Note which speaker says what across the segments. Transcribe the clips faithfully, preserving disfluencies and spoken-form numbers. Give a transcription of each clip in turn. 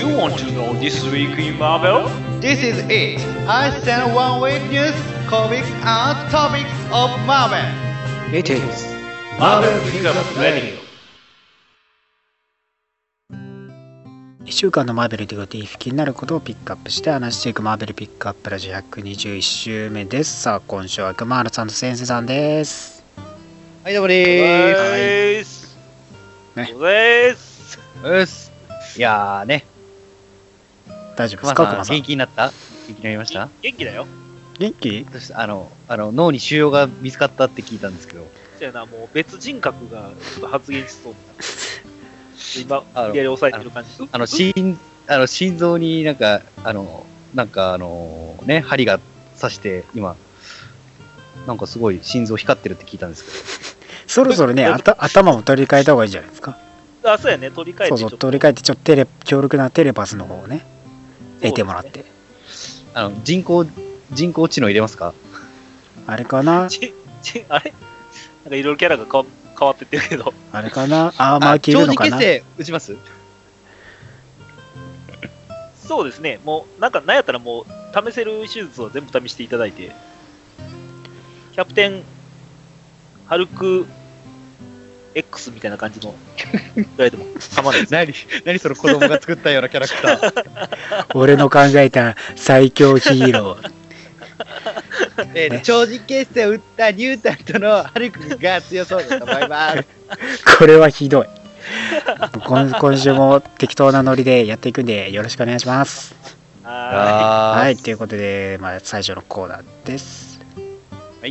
Speaker 1: You want to know this week in Marvel?
Speaker 2: This is it. I send one week news, comics, and topics of Marvel.
Speaker 3: It is
Speaker 1: Marvel Pickup Radio.
Speaker 3: いっしゅうかんのマーベルということで気になることをピックアップして話していくマーベルピックアップラジオひゃくにじゅういち週目です。さあ今週は熊原さんと先生さんです。
Speaker 2: はい、どうもで
Speaker 1: ーす。
Speaker 3: ね
Speaker 1: おでーす。
Speaker 2: ーす。いやーね、
Speaker 3: 大丈夫ですか
Speaker 2: 熊さん
Speaker 3: 熊さん。
Speaker 2: 元気になった元気になりました
Speaker 1: 元気だよ。
Speaker 3: 元気？
Speaker 2: そしてあの、あの脳に腫瘍が見つかったって聞いたんですけど、
Speaker 1: じゃあな、もう別人格がちょっと発現しそうになって今、
Speaker 2: あの
Speaker 1: 無理やり抑えてる感じ。
Speaker 2: あの心あの心臓になんかあのなんかあのね針が刺して今なんかすごい心臓光ってるって聞いたんですけど、
Speaker 3: そろそろねあた頭も取り替えた方がいいんじゃないですか。
Speaker 1: あ、そうやね、取り替えて
Speaker 3: そうそう取り替えてちょっとテレ強力なテレパスの方をね得てもらって、
Speaker 2: あの人工人工知能入れますか？
Speaker 3: あれかな
Speaker 1: ちちあれなんかいろいろキャラが変わ変わってってるけど。
Speaker 3: あれかなアーマー着るのかな。
Speaker 2: 長寿結成打ちます？
Speaker 1: そうですね、もうなんかなんやったらもう試せる手術を全部試していただいて、キャプテンハルク X みたいな感じのぐらいでも構わないです。
Speaker 2: 何何その子供が作ったようなキャラクター。
Speaker 3: 俺の考えた最強ヒーロー
Speaker 2: えー
Speaker 3: ね
Speaker 2: 長寿結成を打ったニュータントのハルクが強そうだと思います。
Speaker 3: これはひどい。今, 今週も適当なノリでやっていくんでよろしくお願いします。
Speaker 1: は
Speaker 3: はい、ということで、まあ、最初のコーナーです。
Speaker 2: はい。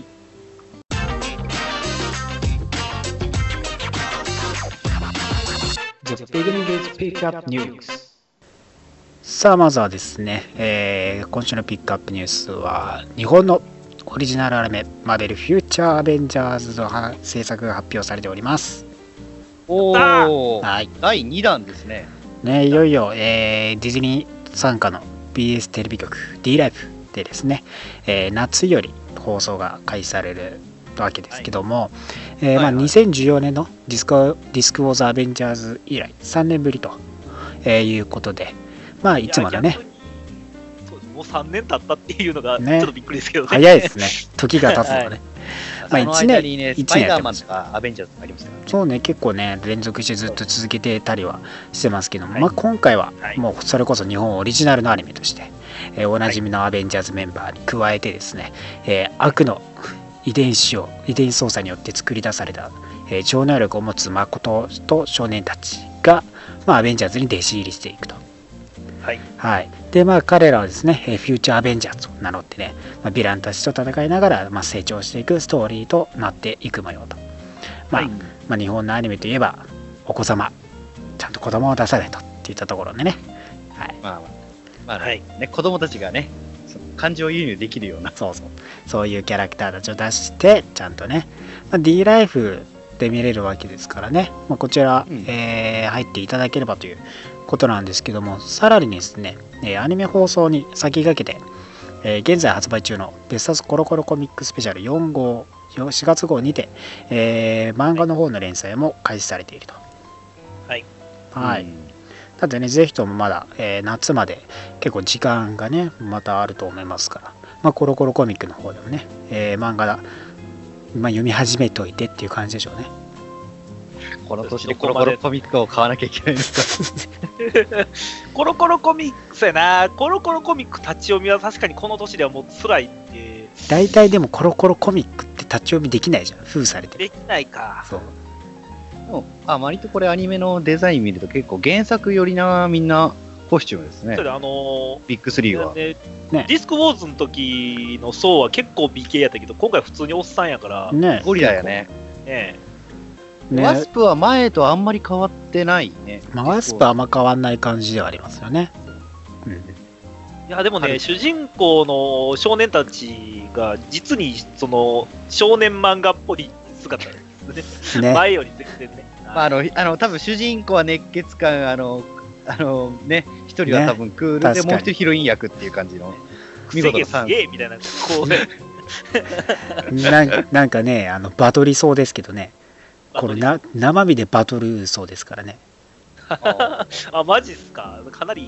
Speaker 3: さあまずはですね、えー今週のピックアップニュースは日本のオリジナルアニメマーベルフューチャーアベンジャーズのは制作が発表されております。
Speaker 2: お
Speaker 1: や
Speaker 2: お、
Speaker 3: はい
Speaker 2: だいにだんですね。
Speaker 3: ね、いよいよ、えーディズニー傘下の ビーエス テレビ局 D ライブでですね、えー夏より放送が開始されるわけですけども、えーまあ、
Speaker 2: はいはい
Speaker 3: にせんじゅうよねんのディスクディスクウォーズアベンジャーズ以来さんねんぶりと、えーいうことで、まあいつものね、
Speaker 1: そうですもうさんねん経ったっていうのがち
Speaker 3: ね
Speaker 1: ょっとびっくりですけどね。
Speaker 3: 早いですね、時が経つのがね。
Speaker 1: はい
Speaker 3: まあ
Speaker 2: その間にね、
Speaker 3: 一年
Speaker 2: スパイダーマンとかアベンジャーズとかありましたからね。
Speaker 3: そうね、結構ね連続してずっと続けてたりはしてますけども、
Speaker 1: はい
Speaker 3: まあ、今回は
Speaker 1: はい
Speaker 3: もうそれこそ日本オリジナルのアニメとして、えーおなじみのアベンジャーズメンバーに加えてですね、えー悪の遺伝子を遺伝子操作によって作り出された、えー超能力を持つ誠と少年たちが、まあ、アベンジャーズに弟子入りしていくと。
Speaker 1: はい。
Speaker 3: はい、でまあ彼らはですね、えーフューチャーアベンジャーズと名乗ってね、まあ、ヴィランたちと戦いながら、まあ、成長していくストーリーとなっていく模様と。まあ
Speaker 1: はい
Speaker 3: まあ、日本のアニメといえばお子様ちゃんと子供を出さないとっていったところでね、はい、
Speaker 2: まあまあ、まあね
Speaker 1: はい
Speaker 2: ね、子供たちがね、その感情輸入できるような。
Speaker 3: そうそうそういうキャラクターたちを出してちゃんとね、まあ、D ライフで見れるわけですからね、まあ、こちら、
Speaker 2: うん
Speaker 3: えー入っていただければということなんですけども、さらにですね、えーアニメ放送に先駆けて、えー現在発売中の別冊コロコロコミックスペシャルよん号しがつ号にて、えー漫画の方の連載も開始されていると。
Speaker 1: はい。
Speaker 3: はい、
Speaker 2: うん
Speaker 3: なのでね、ぜひともまだ、えー夏まで結構時間がね、またあると思いますから、まあ、コロコロコミックの方でもね、えー漫画だ、まあ、読み始めといてっていう感じでしょうね。
Speaker 2: この年でコロコロコミックを買わなきゃいけないんですか。
Speaker 1: コロコロコミックそうやな、コロコロコミック立ち読みは確かにこの年ではもう辛いって
Speaker 3: 大体でもコロコロコミックって立ち読みできないじゃん、封されてる。
Speaker 1: できないか。
Speaker 3: そう
Speaker 2: でもあ、割とこれアニメのデザイン見ると結構原作よりな、みんなコスチュームですね
Speaker 1: そ。れであのー
Speaker 2: ビッグスリーは。
Speaker 1: で
Speaker 3: ね
Speaker 1: ディスクウォーズの時の層は結構美形やったけど、今回普通におっさんやから、ね
Speaker 3: ね
Speaker 2: ゴリラやね。
Speaker 1: え
Speaker 3: ね
Speaker 2: ワスプは前とあんまり変わってないね。
Speaker 3: まあ、ワスプはあんま変わんない感じではありますよね。うん、
Speaker 1: いやでもね、
Speaker 2: はい
Speaker 1: 主人公の少年たちが実にその少年漫画っぽい姿ですね。
Speaker 3: ね
Speaker 1: 前より全然ね。
Speaker 2: まあ、あの、あの、多分主人公は熱血感、あの、あのね、一人は多分クールで、
Speaker 3: 確かに
Speaker 2: もう一人ヒロイン役っていう感じの。見
Speaker 1: 癖毛す
Speaker 2: 事なさん
Speaker 1: げえみたいな、こうね。
Speaker 3: なんなんかね、あのバトりそうですけどね、これな生身でバトルそうですからね。
Speaker 1: あ、マジっすか。かなり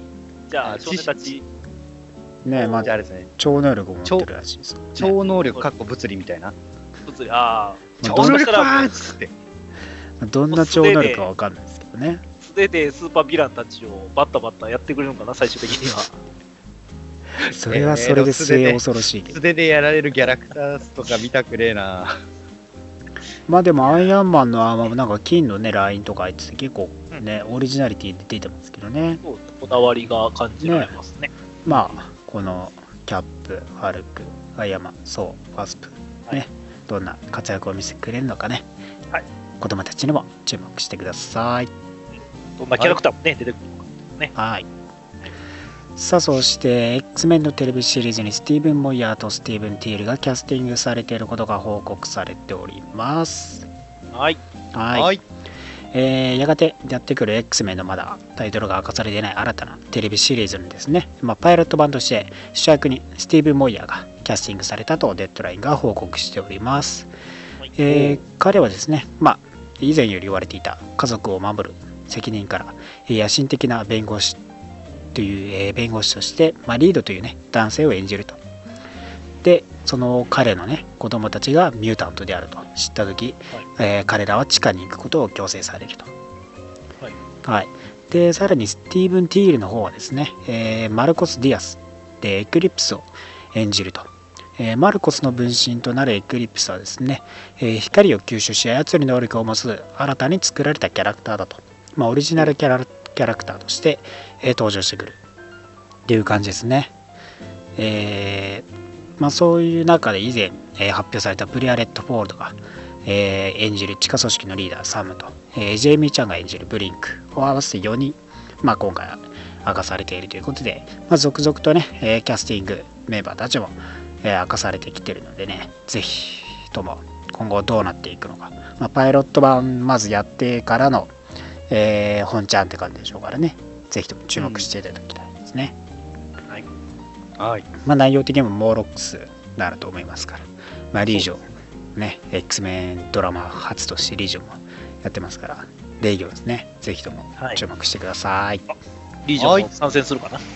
Speaker 1: じゃあ、
Speaker 2: あ
Speaker 1: 少年たち、
Speaker 3: ねまあ
Speaker 2: じゃああれですね。
Speaker 3: 超能力を持ってるらしいですよ、ね、
Speaker 2: 超能力かっこ物理みたいな。
Speaker 1: 物理、ああ、
Speaker 3: まあ
Speaker 2: 超能力パ
Speaker 1: もしかしたら
Speaker 2: ンチって。
Speaker 3: どんな超能力かわかんないですけどね。
Speaker 1: 素手でスーパーヴィランたちをバッタバッタやってくれるのかな、最終的には。
Speaker 3: それはそれで末恐ろしいけど、
Speaker 2: 素手でやられるギャラクターとか見たくねえな。
Speaker 3: まあでもアイアンマンのアーマーもなんか金のねラインとか入ってて結構ね、オリジナリティで出てますけどね。
Speaker 1: そうこだわりが感じられますね。
Speaker 3: まあこのキャップ、ハルク、アイアンマン、ソー、ファスプね、
Speaker 1: はい
Speaker 3: どんな活躍を見せてくれるのかね、
Speaker 1: はい、
Speaker 3: 子供たちにも注目してください。
Speaker 1: どんなキャラクターもね、出てくるのかね。
Speaker 3: はい。さあそして X メンのテレビシリーズにスティーブン・モイヤーとスティーブン・ティールがキャスティングされていることが報告されております。
Speaker 1: はい。
Speaker 3: はい、
Speaker 2: はい。
Speaker 3: えーやがてやってくる X メンのまだタイトルが明かされていない新たなテレビシリーズにですね、まあ、パイロット版として主役にスティーブン・モイヤーがキャスティングされたとデッドラインが報告しております。
Speaker 1: はい
Speaker 3: えー彼はですね、まあ、以前より言われていた家族を守る責任からえー野心的な弁護士という、えー弁護士として、まあ、リードというね男性を演じると。でその彼のね子供たちがミュータントであると知った時、
Speaker 1: はい
Speaker 3: えー彼らは地下に行くことを強制されると。
Speaker 1: はい。
Speaker 3: はい、でさらにスティーブン・ティールの方はですね、えーマルコス・ディアスでエクリプスを演じると。えーマルコスの分身となるエクリプスはですね、えー光を吸収し操る能力を持つ新たに作られたキャラクターだと。まあ、オリジナルキャラキャラクターとして、えー登場してくるっていう感じですね。えーまあ、そういう中で以前、えー発表されたブリアレット・フォールドが、えー演じる地下組織のリーダーサムと、えージェイミーちゃんが演じるブリンクを合わせてよにん、まあ、今回は明かされているということで、まあ、続々とね、えーキャスティングメンバーたちも、えー明かされてきているのでね、ぜひとも今後どうなっていくのか、まあ、パイロット版まずやってからの、えー本ちゃんって感じでしょうからね、ぜひとも注目していただきたいですね。
Speaker 1: はい。
Speaker 2: はい。
Speaker 3: まあ、内容的にもモーロックスになると思いますから、まあ、リージョン、ね、X メンドラマ初としてリージョンもやってますから、レイギョンですね、ぜひとも注目してください。
Speaker 1: リージョンも参戦するかな。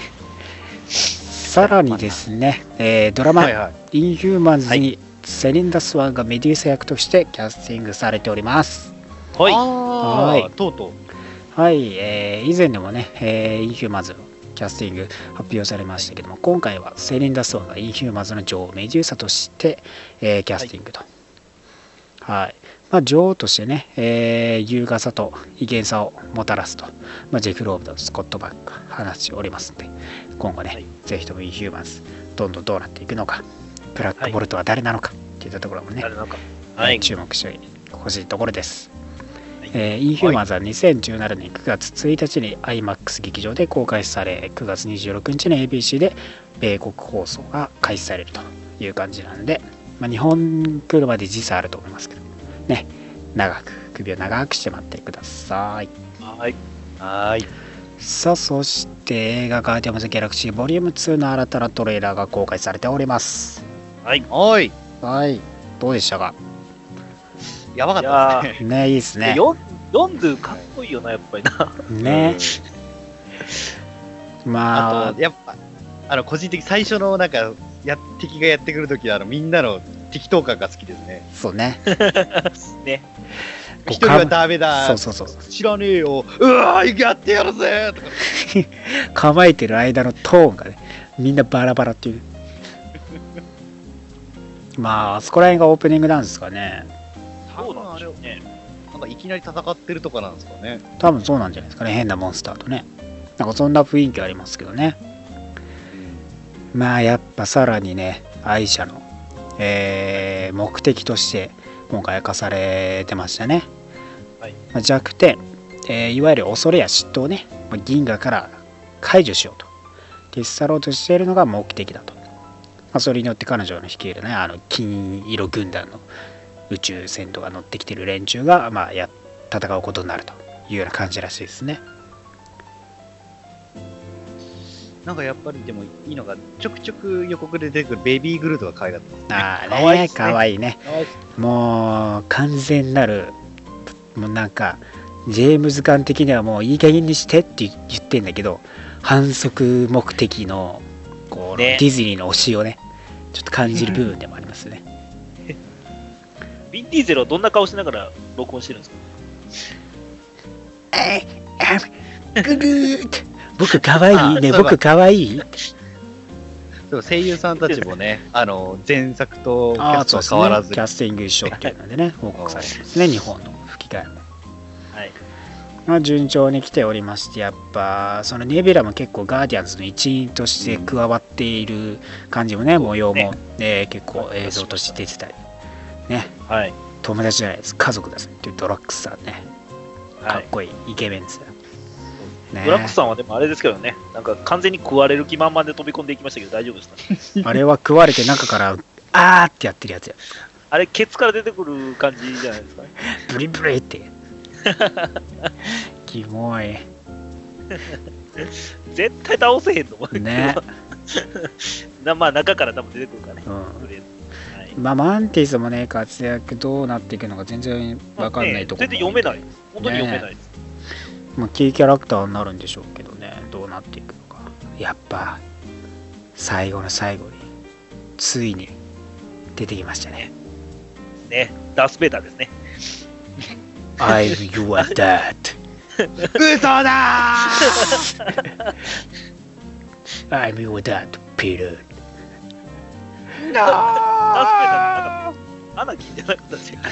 Speaker 3: さらにですね、えードラマ、
Speaker 2: はいはい。
Speaker 3: インヒューマンズにセリンダ・スワンがメデューサ役としてキャスティングされております。
Speaker 1: はい。
Speaker 2: あ
Speaker 3: はい
Speaker 2: あ、とうとう。
Speaker 3: はい、えー以前でもね、えーインヒューマンズのキャスティング発表されましたけども、今回はセリンダ・スワンがインヒューマンズの女王メデューサとして、えーキャスティングと。はい。まあ、女王としてね、えー優雅さと威厳さをもたらすと、まあ、ジェフ・ローブとスコット・バックが話しておりますので、今後ね、
Speaker 1: はい
Speaker 3: ぜひともインヒューマンズ、どんどんどうなっていくのか、ブラックボルトは誰なのかっていったところもね、
Speaker 1: 誰なのか。はい。
Speaker 3: 注目してほしいところです。
Speaker 1: はい
Speaker 3: えーインヒューマンズはにせんじゅうななねんくがつついたちに アイマックス 劇場で公開され、くがつにじゅうろくにちに エービーシー で米国放送が開始されるという感じなんで、まあ、日本来るまで時差あると思いますけどね、長く首を長くして待ってください。
Speaker 1: はい。
Speaker 2: はーい。
Speaker 3: さあそして映画ガーディアムズ・ギャラクシーボリュームツーの新たなトレーラーが公開されております。
Speaker 1: はい。
Speaker 2: おい。
Speaker 3: はい、どうでしたか？
Speaker 2: やばかったですね。
Speaker 3: ね、いいですね。
Speaker 1: ヨンヨンドゥかっこいいよな、やっぱりな。
Speaker 3: ね、まあ
Speaker 2: あと、やっぱ、あの、個人的に最初の、なんか、や、敵がやってくるとき、あの、みんなの適当感が好きですね。
Speaker 3: そうね。
Speaker 1: ね。
Speaker 2: 一人はダメだ。
Speaker 3: そうそうそう。
Speaker 2: 知らねえよ。うわー、やってやるぜとか。
Speaker 3: 構えてる間のトーンがね、みんなバラバラっていう。まあ、あそこら辺がオープニングなんですかね。
Speaker 1: そうなんでしょうね。
Speaker 2: なんかいきなり戦ってるとかなんですかね。
Speaker 3: 多分そうなんじゃないですかね。変なモンスターとね。なんかそんな雰囲気ありますけどね。まあ、やっぱさらにね、愛車の、えー目的として今回明かされてましたね。
Speaker 1: はい。
Speaker 3: まあ弱点、えーいわゆる恐れや嫉妬をね、まあ銀河から排除しようと消し去ろうとしているのが目的だと。まあ、それによって彼女の率いるね、あの金色軍団の宇宙船とか乗ってきてる連中が、まあ、や戦うことになるというような感じらしいですね。
Speaker 2: なんかやっぱりでもいいのが、ちょくちょく予告で出てくるベビーグルートが可愛かったですね。
Speaker 3: ああ
Speaker 2: 可愛い
Speaker 3: ね、
Speaker 2: ですね
Speaker 3: かわいいね。もう完全なる、もうなんかジェームズ・ガン的にはもういい加減にしてって言ってんだけど、 反則目的のこう、
Speaker 1: ね
Speaker 3: ディズニーの推しをねちょっと感じる部分でもありますね。
Speaker 1: ヴィン・ディーゼルはどんな顔しながら録音してるんですか？
Speaker 3: えあぐぐーって僕かわいいね、
Speaker 2: あそういえば
Speaker 3: 僕かわいいって。
Speaker 2: でも声優さんたちもね、あの前作とキ
Speaker 3: ああ、
Speaker 2: ャスト
Speaker 3: そうですね。
Speaker 2: は変わらず
Speaker 3: キャスティング一緒っていうのでね、報告されてますね、日本の吹き替えも。
Speaker 1: はい。
Speaker 3: まあ、順調に来ておりまして、やっぱそのネビュラも結構ガーディアンズの一員として加わっている感じもね、模様も、えー結構映像として出てたり、ね、
Speaker 1: はい。
Speaker 3: 友達じゃないです、家族ですっていうドラッグスさんね、か
Speaker 1: はい。
Speaker 3: っこいいイケメンですよ。ね、
Speaker 1: ブラックさんはでもあれですけどね、なんか完全に食われる気満々で飛び込んでいきましたけど大丈夫ですかね？
Speaker 3: あれは食われて中からあーってやってるやつや。
Speaker 1: あれ、ケツから出てくる感じじゃないですかね。
Speaker 3: ブリブリって。キモい。
Speaker 1: 絶対倒せへんと思うけど、
Speaker 3: ね
Speaker 1: なまあ中から多分出てくるからね。
Speaker 3: うん
Speaker 1: とりあえずはい
Speaker 3: まあ、マンティスもね、活躍どうなっていくのか全然わかんないところ、
Speaker 1: ね全然読めない。本当に読めないです。
Speaker 3: まあ、キーキャラクターになるんでしょうけどね、どうなっていくのか。やっぱ、最後の最後に、ついに出てきましたね。
Speaker 1: ね、ダース・ベイダーですね。
Speaker 3: I'm your dad.
Speaker 2: 嘘だー
Speaker 3: I'm your dad, Peter.
Speaker 1: ダース・ベイダーってなんかアナキンじゃなかったですよ。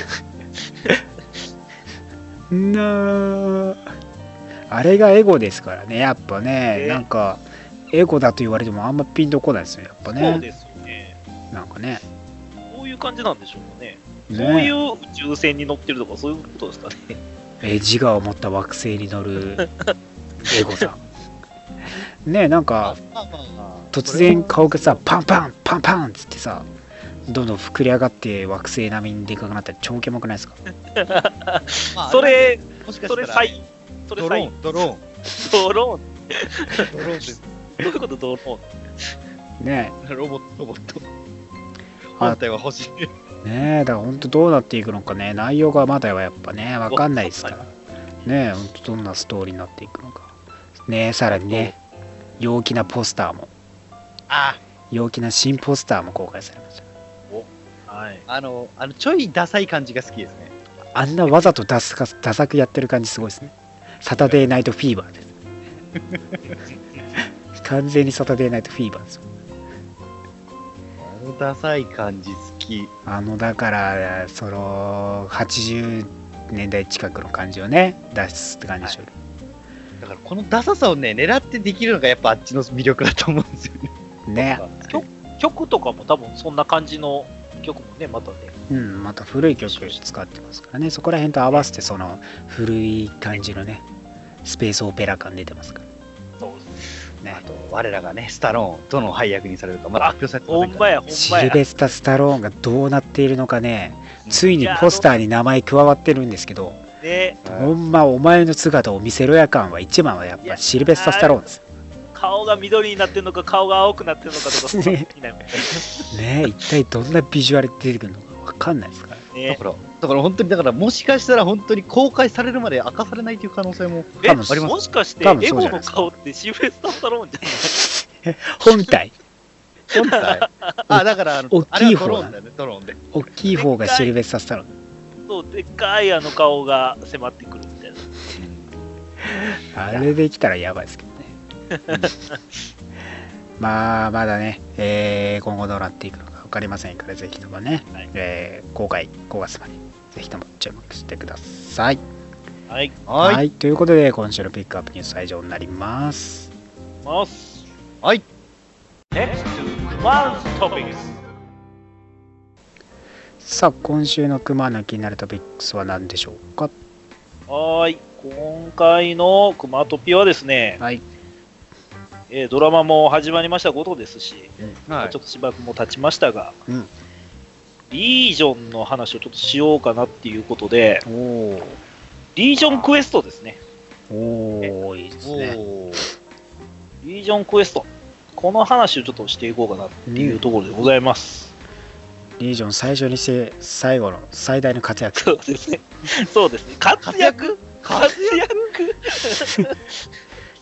Speaker 3: なーあれがエゴですからね、やっぱね、
Speaker 1: ね
Speaker 3: なんか、エゴだと言われてもあんまピンとこないですよ、やっぱ
Speaker 1: そう
Speaker 3: ね。
Speaker 1: ですよね。
Speaker 3: なんかね。
Speaker 1: どういう感じなんでしょうかね。
Speaker 3: ね
Speaker 1: そういう宇宙船に乗ってるとかそういうことですかね。
Speaker 3: え自我を持った惑星に乗るエゴさん。ねえ、なんか、
Speaker 2: まあまあまあ
Speaker 3: 突然顔がさ、パンパン、パンパンっつってさ、どんどん膨れ上がって惑星並みにでかくなったら超キモくないですか？
Speaker 2: まあ
Speaker 1: それ、
Speaker 2: もしかしたら
Speaker 1: それサイン。それ
Speaker 2: ド
Speaker 1: サイン。
Speaker 2: ローンドローン
Speaker 1: ドローン。
Speaker 2: ドローンです
Speaker 1: どういうことドローン？
Speaker 3: ね
Speaker 2: ロボットロボット本体は欲しい
Speaker 3: え、ねえ、だから本当どうなっていくのかね、内容がまだはやっぱね、わかんないですから。ねえ、本当どんなストーリーになっていくのか。ねえ、さらにね、陽気なポスターも、
Speaker 2: あ
Speaker 3: 陽気な新ポスターも公開されました。
Speaker 1: はい。
Speaker 2: あのあのちょいダサい感じが好きですね
Speaker 3: あんなわざとダスかダサくやってる感じすごいですね。サタデーナイトフィーバーです。完全にサタデーナイトフィーバーですよ。
Speaker 2: あのダサい感じ好き
Speaker 3: あのだからそのはちじゅうねんだい近くの感じをね出すって感じでしょう、
Speaker 2: だからこのダサさをね狙ってできるのがやっぱあっちの魅力だと思うんですよね
Speaker 3: ね。
Speaker 1: 曲曲とかも多分そんな感じの曲もね、またね。
Speaker 3: うん、また古い曲使ってますからね、そこら辺と合わせてその古い感じのねスペースオペラ感出てますから
Speaker 1: そうです
Speaker 3: ね。
Speaker 2: あと我らがねスタローンどの配役にされるかまだ発表されてませんから
Speaker 1: ほんまや、ほん
Speaker 3: シ
Speaker 1: まや。
Speaker 3: ルベスタ・スタローンがどうなっているのかね、ついにポスターに名前加わってるんですけど、
Speaker 1: ね、
Speaker 3: ほんまお前の姿を見せろや感は一番はやっぱシルベスタ・スタローンです。
Speaker 1: 顔が緑になってるのか、顔が青くなってるのかとか、そんなの気になる
Speaker 3: ねえ、一体どんなビジュアルで出てくるのか分かんないですから。
Speaker 2: だ
Speaker 1: ね。
Speaker 2: からだから本当にだからもしかしたら本当に公開されるまで明かされないという可能性も
Speaker 1: え、
Speaker 3: 多分
Speaker 2: あります
Speaker 1: もしかして
Speaker 3: 多分
Speaker 1: エゴの
Speaker 3: そうじゃないですか
Speaker 1: 顔ってシルベスタ・スタローンじゃない？
Speaker 3: 本体、
Speaker 2: 本体あだからあの
Speaker 3: 大
Speaker 2: あれ
Speaker 3: きい方
Speaker 2: はドローンだよねドローンで
Speaker 3: 大きい方がシルベスタ・スタローン。
Speaker 1: そう、でっかいあの顔が迫ってくるみたいな。
Speaker 3: あれできたらやばいですけどね。まあ、まだね、えー今後どうなっていくのか分かりませんから、ぜひともね、
Speaker 1: はい
Speaker 3: えー公開ごがつまで、ぜひとも注目してください。
Speaker 1: はい。
Speaker 2: はい
Speaker 3: ということで、今週のピックアップニュースは以上になります。
Speaker 1: ます。
Speaker 2: はい
Speaker 1: Next to One's Topics。
Speaker 3: さあ、今週の熊の気になるトピックスは何でしょうか？
Speaker 1: はーい。今回のクマトピはですね、
Speaker 3: はい。
Speaker 1: えードラマも始まりましたことですし、
Speaker 2: はい
Speaker 1: ちょっとしばらくも経ちましたが、
Speaker 3: うん。
Speaker 1: リージョンの話をちょっとしようかなっていうことで、
Speaker 3: おー。
Speaker 1: リージョンクエストですね。
Speaker 3: おー、いいですね。
Speaker 2: おー
Speaker 1: リージョンクエスト。この話をちょっとしていこうかなっていうところでございます。
Speaker 3: リージョン最初にして最後の最大の活躍。
Speaker 1: そうですね。そうですね。活躍活躍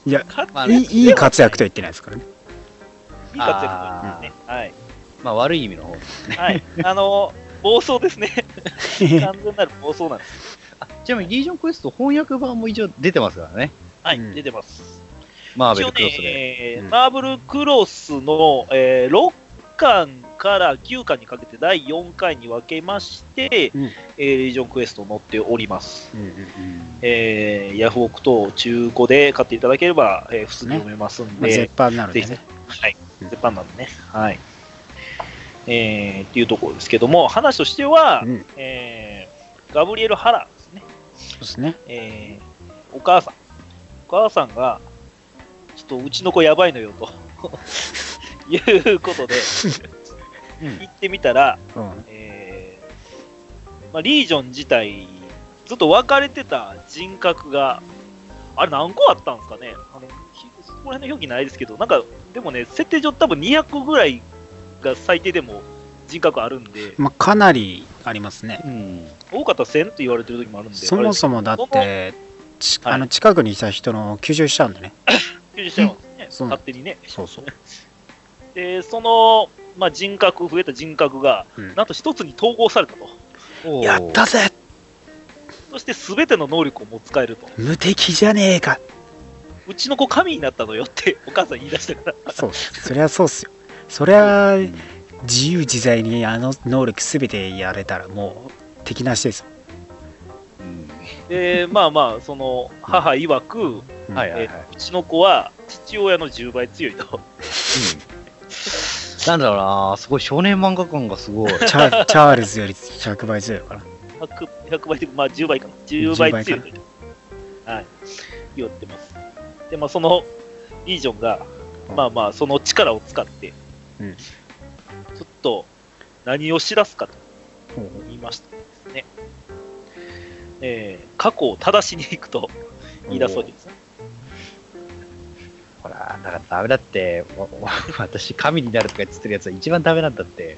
Speaker 3: いや、
Speaker 1: 活
Speaker 2: まあ
Speaker 3: いいいい活躍と言ってないですからね。
Speaker 1: いい活躍ですね。はい。
Speaker 2: まあ悪い意味の方ですね。
Speaker 1: はい。あの、暴走ですね。完全なる暴走なんです。
Speaker 2: ちなみにリージョンクエスト翻訳版も一応出てますからね。
Speaker 1: はい、
Speaker 3: うん
Speaker 1: 出てます。
Speaker 2: マーベルクロスで。
Speaker 1: 一応ねえー
Speaker 3: うん
Speaker 1: マーブルクロスの、えーろっかんからきゅうかんにかけてだいよんかいに分けまして、
Speaker 3: うん
Speaker 1: えーリージョンクエスト載っております。
Speaker 3: うんうん
Speaker 1: えーヤフオク等中古で買っていただければ、えー普通に読めますん
Speaker 3: まあ、
Speaker 1: で、
Speaker 3: 絶版なの
Speaker 1: ぜひ、
Speaker 3: でね。
Speaker 1: はい、
Speaker 3: うん
Speaker 1: 絶版なんでね。はい。えーっていうところですけども、話としては、
Speaker 3: うん、
Speaker 1: えーガブリエル・ハラですね。
Speaker 3: そうですね。
Speaker 1: えーお母さん。お母さんが、ちょっとうちの子やばいのよということで、
Speaker 2: うん
Speaker 1: 行ってみたら、
Speaker 3: うん。
Speaker 1: えーまあ、リージョン自体、ずっと分かれてた人格が、あれ何個あったんですかね、あのひそこら辺の表記ないですけど、なんか、でもね、設定上、多分にひゃくぐらいが最低でも人格あるんで、
Speaker 3: まあ、かなりありますね。
Speaker 2: うん。
Speaker 1: 多かったらせんって言われてる時もあるんで、
Speaker 3: そもそもだっ
Speaker 1: その
Speaker 3: て、ち
Speaker 1: はい
Speaker 3: あの近くにいた人の救助しちゃうんでね。
Speaker 1: 救助しちゃいますね、
Speaker 3: そう
Speaker 1: 勝手にね。
Speaker 3: そうそう。
Speaker 1: で、その、まあ、人格、増えた人格が、
Speaker 3: うん
Speaker 1: なんと一つに統合されたと。
Speaker 2: おー
Speaker 3: やったぜ
Speaker 1: そして全ての能力をも使えると。
Speaker 3: 無敵じゃねえか
Speaker 1: うちの子神になったのよってお母さん言い出したから。
Speaker 3: そう、そりゃそうっすよ。そりゃ
Speaker 2: うん
Speaker 3: 自由自在にあの能力すべてやれたらもう敵なしですよ。
Speaker 2: うん
Speaker 1: で、まあまあ、その母曰く、
Speaker 3: うん
Speaker 2: はいはいはい。
Speaker 1: えうちの子は父親のじゅうばい強いと。
Speaker 2: うんなんだろうな、すごい少年漫画感がすごい。
Speaker 3: チャチャールズよりひゃくばい強いから。
Speaker 1: ひゃく, ひゃくばいで、まあじゅうばいかな。じゅうばい強いと。はい。言ってます。で、まあそのリージョンが、
Speaker 3: うん
Speaker 1: まあまあその力を使って、
Speaker 3: うん
Speaker 1: ちょっと何をしだすかと
Speaker 3: ほうほ
Speaker 1: 言いましたですね。えー過去を正しに行くと言い出すわけですね。
Speaker 2: ほら、だからダメだって、わわ私、神になるとか言ってるやつは一番ダメなんだって。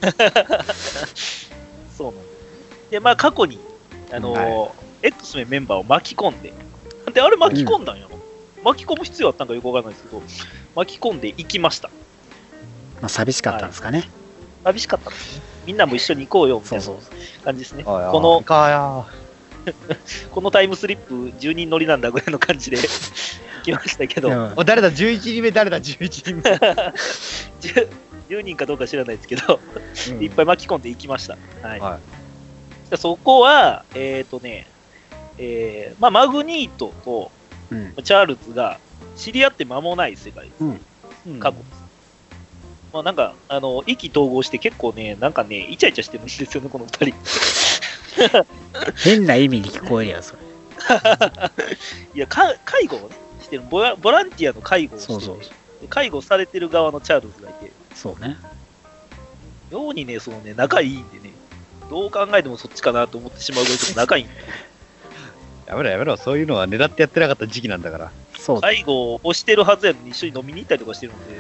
Speaker 1: そうなんです。で、まあ過去に、あのー
Speaker 2: は
Speaker 1: X メンメンバーを巻き込んで、で、あれ巻き込んだんやろ、巻き込む必要あったんかよくわからないですけど、巻き込んでいきました。
Speaker 3: まあ、寂しかったんですかね。
Speaker 1: 寂しかったんですね。みんなも一緒に行こうよ、みたいな
Speaker 3: そう
Speaker 1: 感じですね。
Speaker 2: おいおい
Speaker 1: この
Speaker 2: いかや
Speaker 1: このタイムスリップじゅうにん乗りなんだぐらいの感じで行きましたけど、
Speaker 3: うん
Speaker 2: ーお誰だ、じゅういちにんめ誰だ、じゅういちにんめ。
Speaker 1: じゅう, じゅうにんかどうか知らないですけど、いっぱい巻き込んでいきました。はい
Speaker 2: は
Speaker 1: でそこは、えっ、とね、えーまあ、マグニートと
Speaker 3: うん。
Speaker 1: チャールズが知り合って間もない世界です。
Speaker 3: うん。
Speaker 2: い。
Speaker 1: 過去です。まあ、なんか、あの、意気投合して結構ね、なんかね、イチャイチャしてるんですよね、この二人。
Speaker 3: 変な意味に聞こえるやん、それ。
Speaker 1: いや、か介護をね、してるボラ、ボランティアの介護をしてて、
Speaker 3: そうそうそ
Speaker 1: 介護されてる側のチャールズがいて、
Speaker 3: そうね。
Speaker 1: 妙にね、そのね、仲いいんでね、どう考えてもそっちかなと思ってしまうぐらいちょっと仲いいんで、
Speaker 2: やめろやめろ、そういうのは狙ってやってなかった時期なんだから。
Speaker 3: そう。
Speaker 1: 介護をしてるはずやのに一緒に飲みに行ったりとかしてるんで、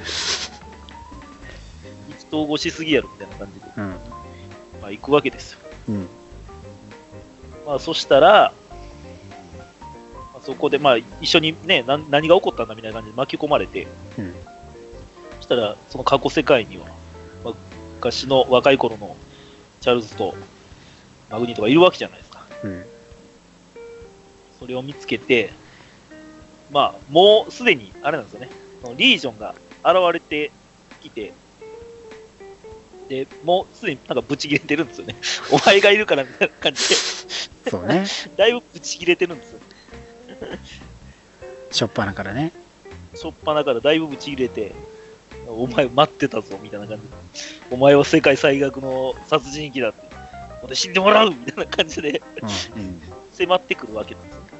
Speaker 1: 意気投合しすぎやろみたいな感じで、
Speaker 3: うん。
Speaker 1: まあ、行くわけですよ。
Speaker 3: うん。
Speaker 1: まあ、そしたら、まあ、そこでまあ一緒にね、な何が起こったんだみたいな感じで巻き込まれて、
Speaker 3: うん。
Speaker 1: そしたら、その過去世界には、まあ、昔の若い頃のチャールズとマグニートがいるわけじゃないですか。
Speaker 3: うん。
Speaker 1: それを見つけて、まあ、もうすでに、あれなんですよね、そのリージョンが現れてきて、で、もうすでになんかブチ切れてるんですよね。お前がいるからみたいな感じで、
Speaker 3: そうね。
Speaker 1: だいぶブチ切れてるんですよ。
Speaker 3: しょっぱなからね。
Speaker 1: しょっぱなからだいぶブチ切れて、お前待ってたぞみたいな感じで、お前は世界最悪の殺人鬼だって、ほんで死んでもらうみたいな感じで
Speaker 3: うん。
Speaker 2: うん。
Speaker 1: 迫ってくるわけなんですよ。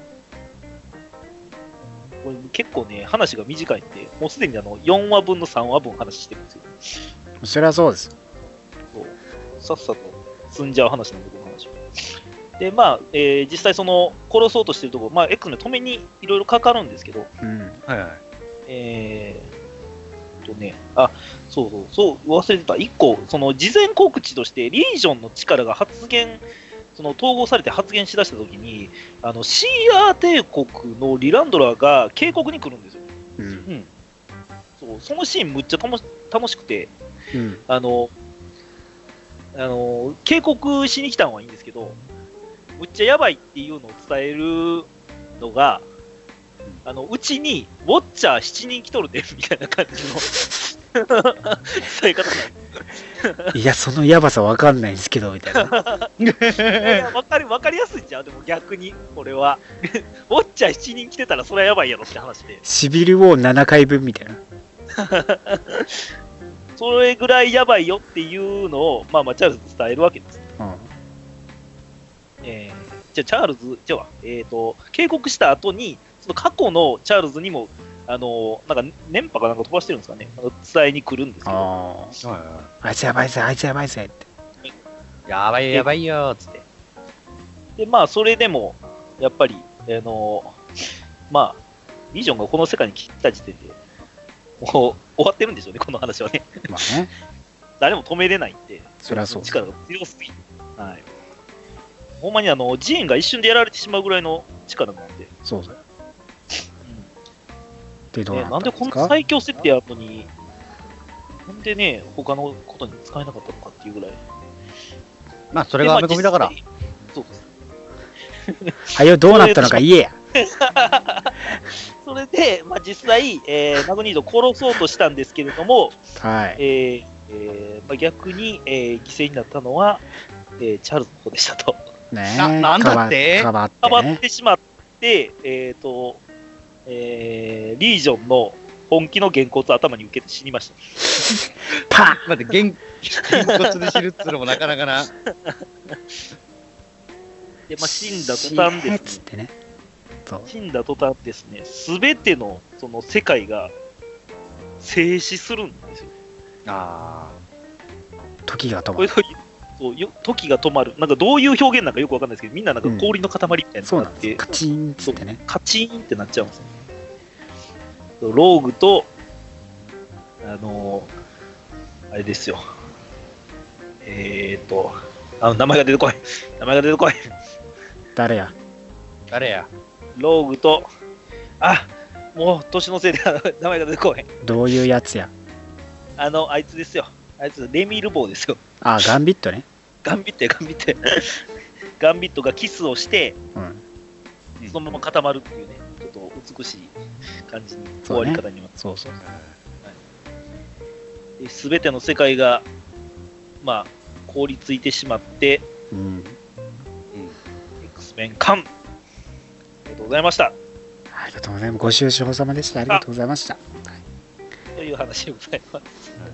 Speaker 1: これ結構ね、話が短いんで、もうすでにあのよんわぶんのさんわぶん話してるんですよ。
Speaker 3: そりゃそうです。
Speaker 1: そうさっさと済んじゃう話なんで、この話は。で、まあ、えー実際その殺そうとしてるところ、まあ、X の止めにいろいろかかるんですけど、
Speaker 3: うん。
Speaker 2: はいはい。
Speaker 1: えー、とね、あ、そうそう、そう、忘れてた。一個、その事前告知として、リージョンの力が発言、その統合されて発言しだしたときに、あの、シーアー帝国のリランドラーが警告に来るんですよ。
Speaker 3: うん。
Speaker 1: うん。そう、そのシーンむっちゃ楽し楽しくて、
Speaker 3: うん。
Speaker 1: あの、あの、警告しに来たのはいいんですけど、むっちゃやばいっていうのを伝えるのが、あの、うちにウォッチャーしちにん来とるで、みたいな感じの伝え方なん
Speaker 3: いや、そのやばさわかんないんですけど、みたいな。
Speaker 1: いやわかり、わかりやすいじゃん、でも逆に、これは。ウォッチャーしちにん来てたらそれはやばいやろって話で。
Speaker 3: シビルウォーななかいぶんみたいな。
Speaker 1: それぐらいやばいよっていうのを、まあまあ、チャールズ伝えるわけです。
Speaker 3: うん。
Speaker 1: えー、じゃあ、チャールズ、じゃあ、えっ、と、警告した後に、その過去のチャールズにも、あの、なんか、電波かなんか飛ばしてるんですかね、あの伝えに来るんですけど、
Speaker 3: ああ。
Speaker 2: はいは
Speaker 3: あいつやばいぜ、あいつやばいぜって。
Speaker 2: い。やばいよやばいよーっつって。
Speaker 1: で、まあ、それでも、やっぱり、あの、まあ、ビジョンがこの世界に来た時点で、もう終わってるんでしょうね、この話はね。
Speaker 3: まあね。
Speaker 1: 誰も止めれないんで、
Speaker 3: そりゃそう。
Speaker 1: 力が強すぎて。はい。ほんまにあの、ジーンが一瞬でやられてしまうぐらいの力なんで。
Speaker 3: そうだよ。で、どう
Speaker 1: ね、
Speaker 3: な
Speaker 1: なんでこの
Speaker 3: ったんですか？
Speaker 1: 最強設定やのに、なんでね、他のことに使えなかったのかっていうぐらい。
Speaker 2: まあ、それがアメコミだから。
Speaker 1: でまあ実際そうです。
Speaker 3: はよ、どうなったのか言えや。
Speaker 1: それで、まあ、実際、えー、マグニード殺そうとしたんですけれども、
Speaker 3: はい。
Speaker 1: えーえーまあ、逆に、えー犠牲になったのは、えーチャールズの方でしたと。
Speaker 3: ねえ。
Speaker 2: ななんだって
Speaker 3: かば
Speaker 1: 変わ
Speaker 3: ってね。
Speaker 1: ってしまって、えっ、と、えー、リージョンの本気のげんこつを頭に受けて死にました。
Speaker 3: パ
Speaker 2: 待って、げん、げんこつで知るっつうのもなかなかな。
Speaker 1: で、まあ、死んだ途
Speaker 3: 死
Speaker 1: 端
Speaker 3: ねっ
Speaker 1: ですね。
Speaker 3: つってね。そう。
Speaker 1: 死んだ途端ですね、すべてのその世界が静止するんですよ。
Speaker 2: あ
Speaker 3: 時が止
Speaker 1: これ
Speaker 3: まる。
Speaker 1: そうよ時が止まる。なんかどういう表現なんかよくわかんないですけど、みんななんか氷の塊みたいなのがあって、
Speaker 3: そうなんです。カチンっつってね。
Speaker 1: カチーンってなっちゃうんですよ。ローグと、あのーあれですよ。えーと、あの名前が出てこい。名前が出てこい。
Speaker 3: 誰や？
Speaker 2: あ。誰や。
Speaker 1: ローグと、あ、もう年のせいで名前が出てこい。
Speaker 3: どういうやつや？
Speaker 1: あの、あいつですよ。あいつ、レミールボーですよ。
Speaker 3: あ、ガンビットね。
Speaker 1: ガンビットや、ガンビットや。ガンビットがキスをして、
Speaker 3: うん。
Speaker 1: そのまま固まるっていうね、ちょっと美しい感じに終わり方になって、
Speaker 3: そうそう。
Speaker 1: すべての世界が、まあ、凍りついてしまって、
Speaker 3: うん。
Speaker 1: X メン完ありがとうございました
Speaker 3: ありがとうございます。ご愁傷様でした。ありがとうございました。
Speaker 1: という話でございます。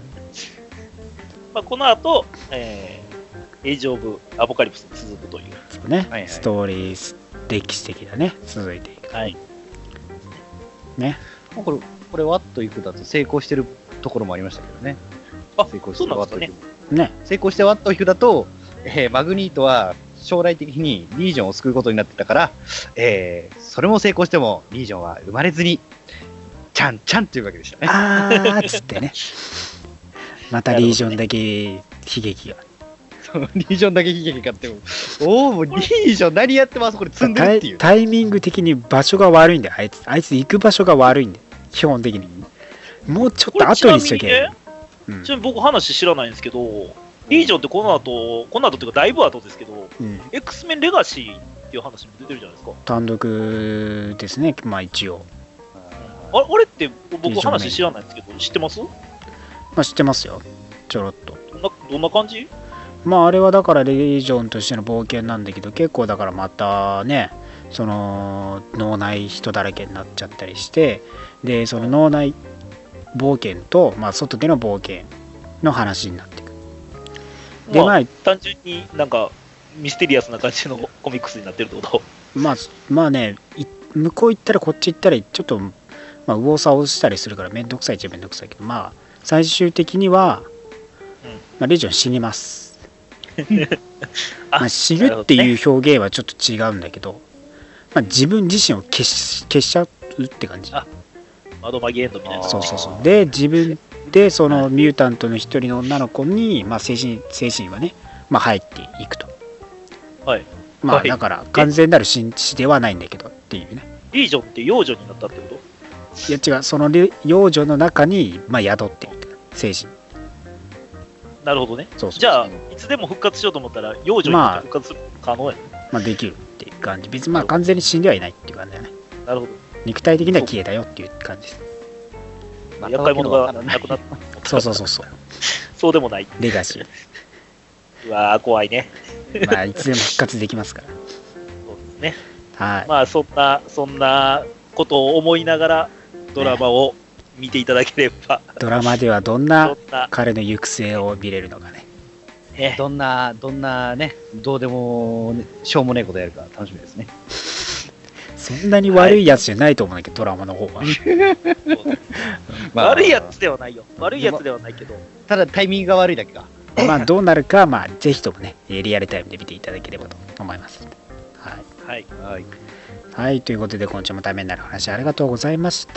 Speaker 1: まあ、この後、えー、エイジ・オブ・アポカリプスに続くという。
Speaker 3: そうね、
Speaker 2: はいはい
Speaker 3: ストーリー、歴史的だね。続いていく。
Speaker 1: はい。
Speaker 3: ね。
Speaker 2: これ、これ、ワットイフだと成功してるところもありましたけどね。
Speaker 1: あ、
Speaker 2: 成功して
Speaker 1: そうなんですかね
Speaker 2: ワットイフ。
Speaker 3: ね。
Speaker 2: 成功してワットイフだと、えーマグニートは将来的にリージョンを救うことになってたから、えーそれも成功してもリージョンは生まれずに、ちゃんちゃんというわけでしたね。
Speaker 3: あーっつってね。またリージョンだけ悲劇が。
Speaker 2: そうリージョンだけ悲劇かっても、おお、もうリージョン何やってもあそこで積んでるっていう。
Speaker 3: タイタイミング的に場所が悪いんだよ。あいつ、あいつ行く場所が悪いんだよ。基本的に。もうちょっと後にしとけ。うん
Speaker 1: ちなみに僕話知らないんですけど、リージョンってこの後、この後っていうかだいぶ後ですけど、
Speaker 3: うん
Speaker 1: X メンレガシーっていう話も出てるじゃないですか。
Speaker 3: 単独ですね、まあ一応。
Speaker 1: ああれって
Speaker 3: リージョン
Speaker 1: 僕話知らないんですけど、知ってます？
Speaker 3: まあ知ってますよ。ちょろっと。
Speaker 1: どんなどんな感じ？
Speaker 3: まああれはだからリージョンとしての冒険なんだけど、結構だからまたね、その脳内人だらけになっちゃったりして、で、その脳内冒険と、まあ外での冒険の話になっていく。で、
Speaker 1: まあ、
Speaker 3: まあ、
Speaker 1: 単純になんかミステリアスな感じのコミックスになってるってこと？
Speaker 3: まあ、まあね、い向こう行ったらこっち行ったら、ちょっと、まあ、右往左往したりするからめんどくさいっちゃめんどくさいけど、まあ、最終的には、
Speaker 1: うん
Speaker 3: まあ、レジョン死にます。
Speaker 1: あ
Speaker 3: まあ、死ぬっていう表現はちょっと違うんだけど、まあ、自分自身を消し消しちゃうって感じ。
Speaker 1: あマドマギエンドみたいな。
Speaker 3: そうそうそう。で、自分でそのミュータントの一人の女の子に、まあ、精神精神はね、まあ、入っていくと。
Speaker 1: はい。
Speaker 3: まあ、
Speaker 1: はい
Speaker 3: だから完全なる死死ではないんだけどっていうね。
Speaker 1: リージョンって幼女になったってこと？
Speaker 3: いや違う、その幼女の中に、まあ、宿っている精神。
Speaker 1: なるほどね。
Speaker 3: そうそう。
Speaker 1: じゃあ、いつでも復活しようと思ったら、幼女によって復活する可能やね。
Speaker 3: まあ、できるっていう感じ。別にまあ完全に死んではいないっていう感じだね。
Speaker 1: なるほど。
Speaker 3: 肉体的には消えたよっていう感じです。
Speaker 1: 厄介者がなくなった。
Speaker 3: そうそうそうそう。
Speaker 1: そうでもない。
Speaker 3: レガシー。
Speaker 1: うわー、怖いね。
Speaker 3: まあ、いつでも復活できますから。
Speaker 1: そうですね。
Speaker 3: はい。
Speaker 1: まあ、そんな、そんなことを思いながら、ドラマを見ていただければ。
Speaker 3: ドラマではどんな彼の行く末を見れるのかね。
Speaker 2: ねどんな、どんなね、どうでも、ね、しょうもないことやるか楽しみですね。
Speaker 3: そんなに悪いやつじゃないと思うんだけど、はい、ドラマの方は。
Speaker 1: まあ、悪いやつではないよ。悪いやつではないけど。
Speaker 2: ただタイミングが悪いだけか。
Speaker 3: まあ、どうなるか、まあ、ぜひともね、リアルタイムで見ていただければと思います。はい。
Speaker 1: はい。
Speaker 2: はい。
Speaker 3: はい、ということで、今週もためになる話ありがとうございました。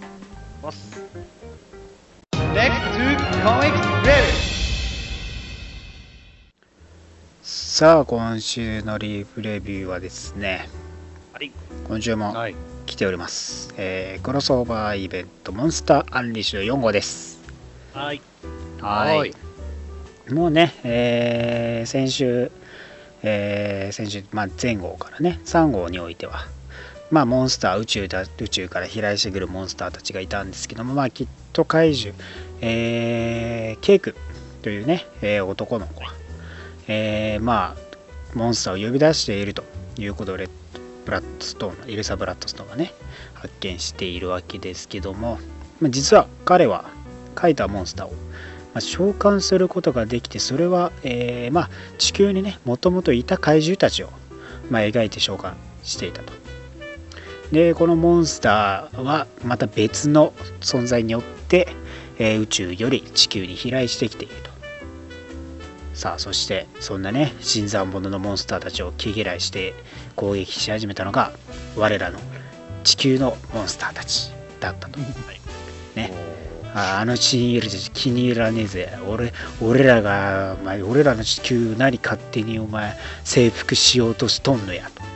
Speaker 3: さあ、今週のリーフレビューはですね、
Speaker 1: はい、
Speaker 3: 今週も来ております、はいえー、クロスオーバーイベントモンスターアンリッシュよん号です。
Speaker 1: はい。
Speaker 3: はいはいもうね、えー、先週、えー、先週、まあ、前号からね、さん号においては、まあ、モンスター宇宙だ、宇宙から飛来してくるモンスターたちがいたんですけども、まあ、きっと怪獣、えー、ケイクというね、えー、男の子が、えー、まあ、モンスターを呼び出しているということで、ブラッドストーン、エルサ・ブラッドストーンがね、発見しているわけですけども、まあ、実は彼は描いたモンスターをまあ、召喚することができて、それは、えーまあ、地球にねもともといた怪獣たちを、まあ、描いて召喚していたと。でこのモンスターはまた別の存在によって、えー、宇宙より地球に飛来してきていると。さあそしてそんなね新参者のモンスターたちを毛嫌いして攻撃し始めたのが我らの地球のモンスターたちだったと。ねあ, あのシーンいるじゃ気に入らねえぜ。俺俺らが、まあ、俺らの地球何勝手にお前征服しようとしとんのやと。はい、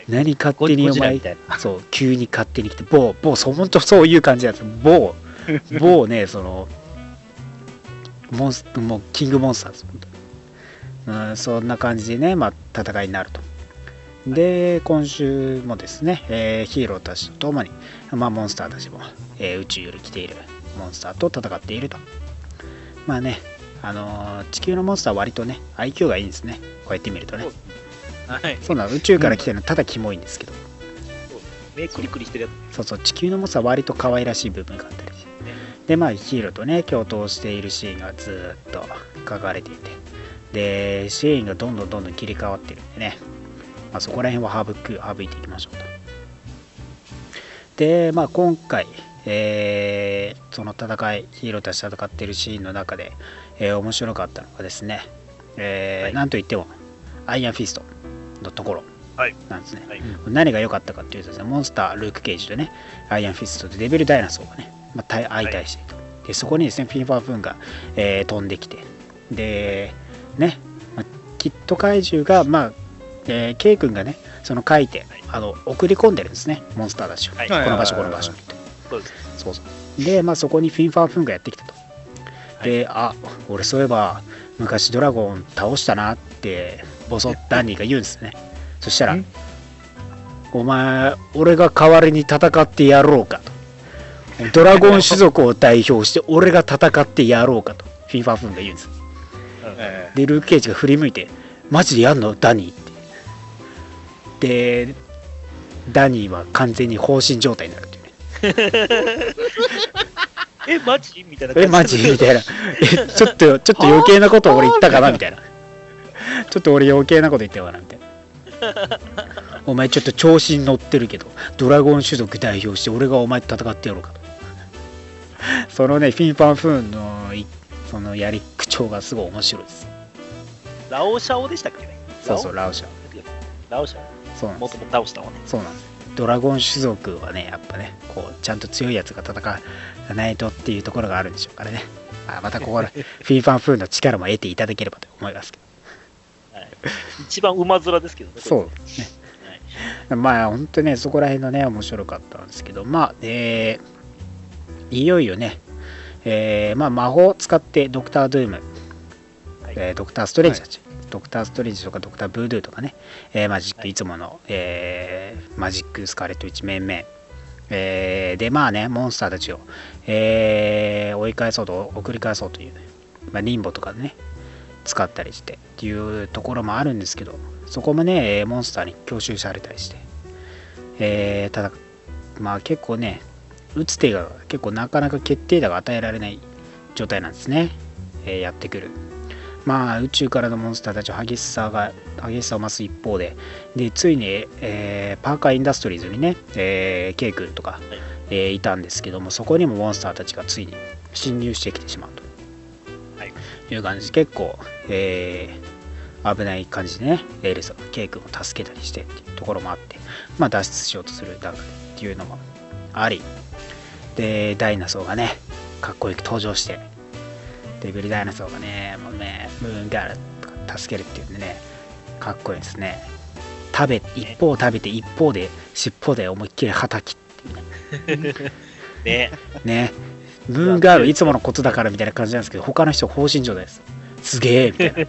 Speaker 3: 何勝手にお前そう急に勝手に来て某某そう本当そういう感じなんです。某某ねそのモンスもうキングモンスターです。うん、そんな感じでね、まあ、戦いになると。で今週もですね、えー、ヒーローたちとともに、まあ、モンスターたちも、えー、宇宙より来ているモンスターと戦っていると。まあね、あのー、地球のモンスターは割とね アイキュー がいいんですね。こうやって見るとね。はい、そうなの宇宙から来てるのただキモいんですけど、うん、
Speaker 1: 目クリクリしてるや
Speaker 3: つ。そうそう地球のモンスターは割と可愛らしい部分があったりして、ね、でまあヒーローとね共闘しているシーンがずっと書かれていて、でシーンがどんどんどんどん切り替わってるんでね、まあ、そこら辺は省く省いていきましょうと。で、まあ、今回、えー、その戦いヒーローたち戦っているシーンの中で、えー、面白かったのがですね、えーはい、なんといってもアイアンフィストのところなんですね、はいはい、何が良かったかっていうとですね、モンスタールーク・ケイジとねアイアンフィストでデビル・ダイナソーがね、まあ、相対していると。でそこにですねフィンファー・フンが、えー、飛んできて、でね、まあ、キット怪獣がまあえー、ケイ君がねその書いて、はい、あの送り込んでるんですねモンスターたちを、はい、この場所この場所にそうですそうそうで、まあ、そこにフィンファーフンがやってきたと。で、はい、あ俺そういえば昔ドラゴン倒したなってボソッダンディが言うんですね。そしたらお前俺が代わりに戦ってやろうかと。ドラゴン種族を代表して俺が戦ってやろうかとフィンファーフンが言うんです。でルーク・ケイジが振り向いてマジでやんのダニーって。でダニーは完全に放心状態になるっていうね
Speaker 1: えマジみたいな
Speaker 3: 感じえマジみたいなえちょっとちょっと余計なこと俺言ったかなみたいなちょっと俺余計なこと言ったかなみたいなお前ちょっと調子に乗ってるけどドラゴン種族代表して俺がお前と戦ってやろうかとそのねフィンファンフーンのそのやり口調がすごい面白いです。
Speaker 1: ラオシャオでしたっけね。
Speaker 3: そうそうラオシャオ
Speaker 1: ラオシャオそうなんです。もともと倒したわね。
Speaker 3: そうなんです。ドラゴン種族はねやっぱねこうちゃんと強いやつが戦わないとっていうところがあるんでしょうからね。あまたここでフィンファンフーンの力も得ていただければと思いますけど、はい、
Speaker 1: 一番馬面ですけどね。
Speaker 3: そうですね、 まあ本当にねそこら辺のね面白かったんですけど、まあ、えー、いよいよね、えーまあ、魔法を使ってドクター・ドゥーム、
Speaker 1: はい
Speaker 3: えードクター・ストレンジたち、はい、ドクター・ストレンジとかドクター・ブードゥとかね、えーマジック、はい、いつもの、えーマジック・スカーレット・ウィッチ面々、えーでまあねモンスターたちを、えー追い返そうと送り返そうという、まあ、リンボとかね使ったりしてっていうところもあるんですけど、そこもねモンスターに強襲されたりして、えー、ただまあ結構ね打つ手が結構なかなか決定打が与えられない状態なんですね、えー、やってくるまあ宇宙からのモンスターたちは激しさが激しさを増す一方で、でついに、えー、パーカーインダストリーズにね、えー、ケイ君とか、はいえー、いたんですけども、そこにもモンスターたちがついに侵入してきてしまうという感じで、結構、えー、危ない感じでねエルサがケイ君を助けたりしてっていうところもあって、まあ、脱出しようとする中でっていうのもあり、でダイナソーがねかっこよく登場して、デビルダイナソーがねもうねムーンガールとか助けるっていうんでねかっこいいですね。食べ一方食べて一方で尻尾で思いっきりはたきっていうね
Speaker 1: ね
Speaker 3: ねムーンガールいつものことだからみたいな感じなんですけど、他の人放心状態です。すげえみたいな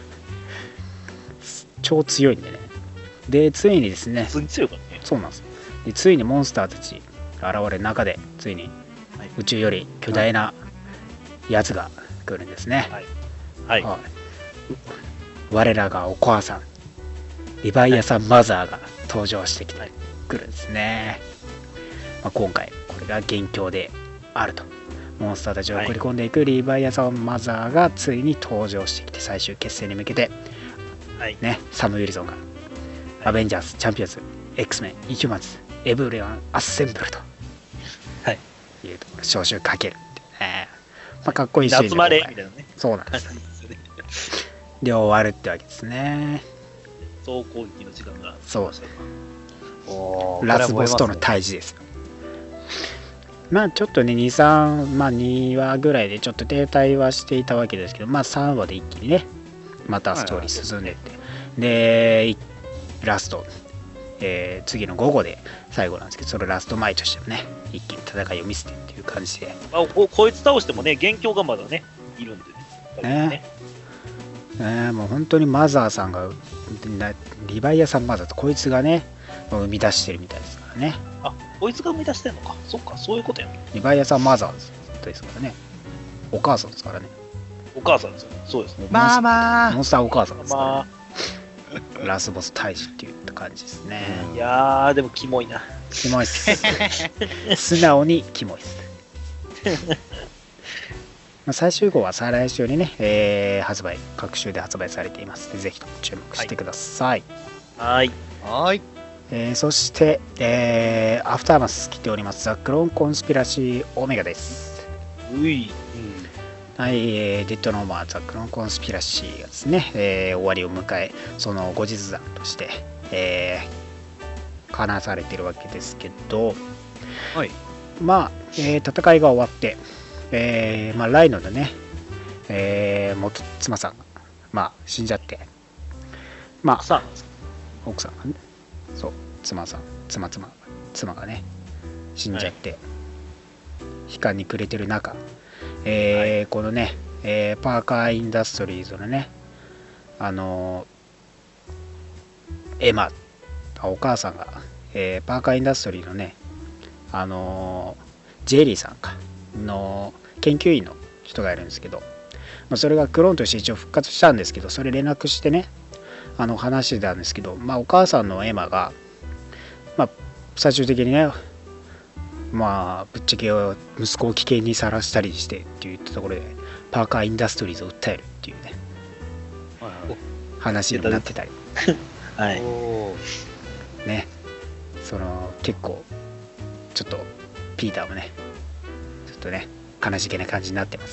Speaker 3: 超強いんでね。でついにですね、
Speaker 1: 普通に強いからね。
Speaker 3: そうなんです。でついにモンスターたち現れる中で、ついに宇宙より巨大なやつが来るんですね。
Speaker 1: はい、はい
Speaker 3: はい、我らがお母さんリヴァイアさんマザーが登場してきてくるんですね。まあ、今回これが元凶であると、モンスターたちを送り込んでいくリヴァイアさんマザーがついに登場してきて、最終決戦に向けて、
Speaker 1: はい
Speaker 3: ね、サム・ウィルソンが、はい、アベンジャーズ、チャンピオンズ、X メン、インヒューマンズ、エブリワン、アッセンブルと、
Speaker 1: はい、
Speaker 3: いうところ招集かけるっていうね、まあ、かっこいいシーンで
Speaker 1: 集まれみたいなね。
Speaker 3: そうなんですで終わるってわけですね。
Speaker 1: 総攻撃の時間が
Speaker 3: そうおラスボスとの対峙ですよ。まあちょっとねに、さん、まあにわぐらいでちょっと停滞はしていたわけですけど、まあさんわで一気にねまたストーリー進んでいって、でラスト、えー、次の午後で最後なんですけど、それラスト前としてもね一気に戦いを見せてっていう感じで、
Speaker 1: まあ、こ, こいつ倒してもね元凶がまだねいるんでね。
Speaker 3: ねねもう本当にマザーさんがリヴァイアさんマザーとこいつがね生み出してるみたいですからね。
Speaker 1: あ、こいつが生み出してるのか。そっか、そういうことやね。
Speaker 3: リヴァイアさんマザーですからね。お母さんですからね。
Speaker 1: お母さんですよね。そうですね。
Speaker 2: まあまあ
Speaker 3: モンスターお母さんですから、ね、
Speaker 1: まあ、
Speaker 3: ラスボス退治って言った感じですね。
Speaker 1: いやーでもキモいな。
Speaker 3: キモいっす素直にキモいっすまあ最終号は再来週にね、えー、発売各週で発売されていますので、ぜひとも注目してください。
Speaker 1: はい
Speaker 2: はい、
Speaker 3: えー、そして、えー、アフターマス来ておりますザ・クローンコンスピラシーオメガです。
Speaker 1: うい、
Speaker 3: うん、はい、えー、デッドノーマーザ・クローンコンスピラシーがですね、えー、終わりを迎え、その後日談として、えー、話されているわけですけど、
Speaker 2: はい、
Speaker 3: まあ、えー、戦いが終わって、えーまあ、ライノのね、えー、元妻さんが、まあ、死んじゃって、まあ、
Speaker 1: さ
Speaker 3: 奥さんがね、そう妻さん妻妻妻がね死んじゃって、はい、悲観に暮れてる中、えーはい、このね、えー、パーカーインダストリーズのねあのー、エマお母さんが、えー、パーカーインダストリーのねあのー、ジェリーさんかの研究員の人がいるんですけど、まあ、それがクローンとして一応復活したんですけど、それ連絡してねあの話してたんですけど、まあ、お母さんのエマが、まあ、最終的にね、まあ、ぶっちゃけ息子を危険にさらしたりしてっていうところでパーカーインダストリーズを訴えるっていうね、はいはい、話になってたり
Speaker 1: はい
Speaker 3: ね、その結構ちょっとピーターもねちょっとね悲しげな感じになってます。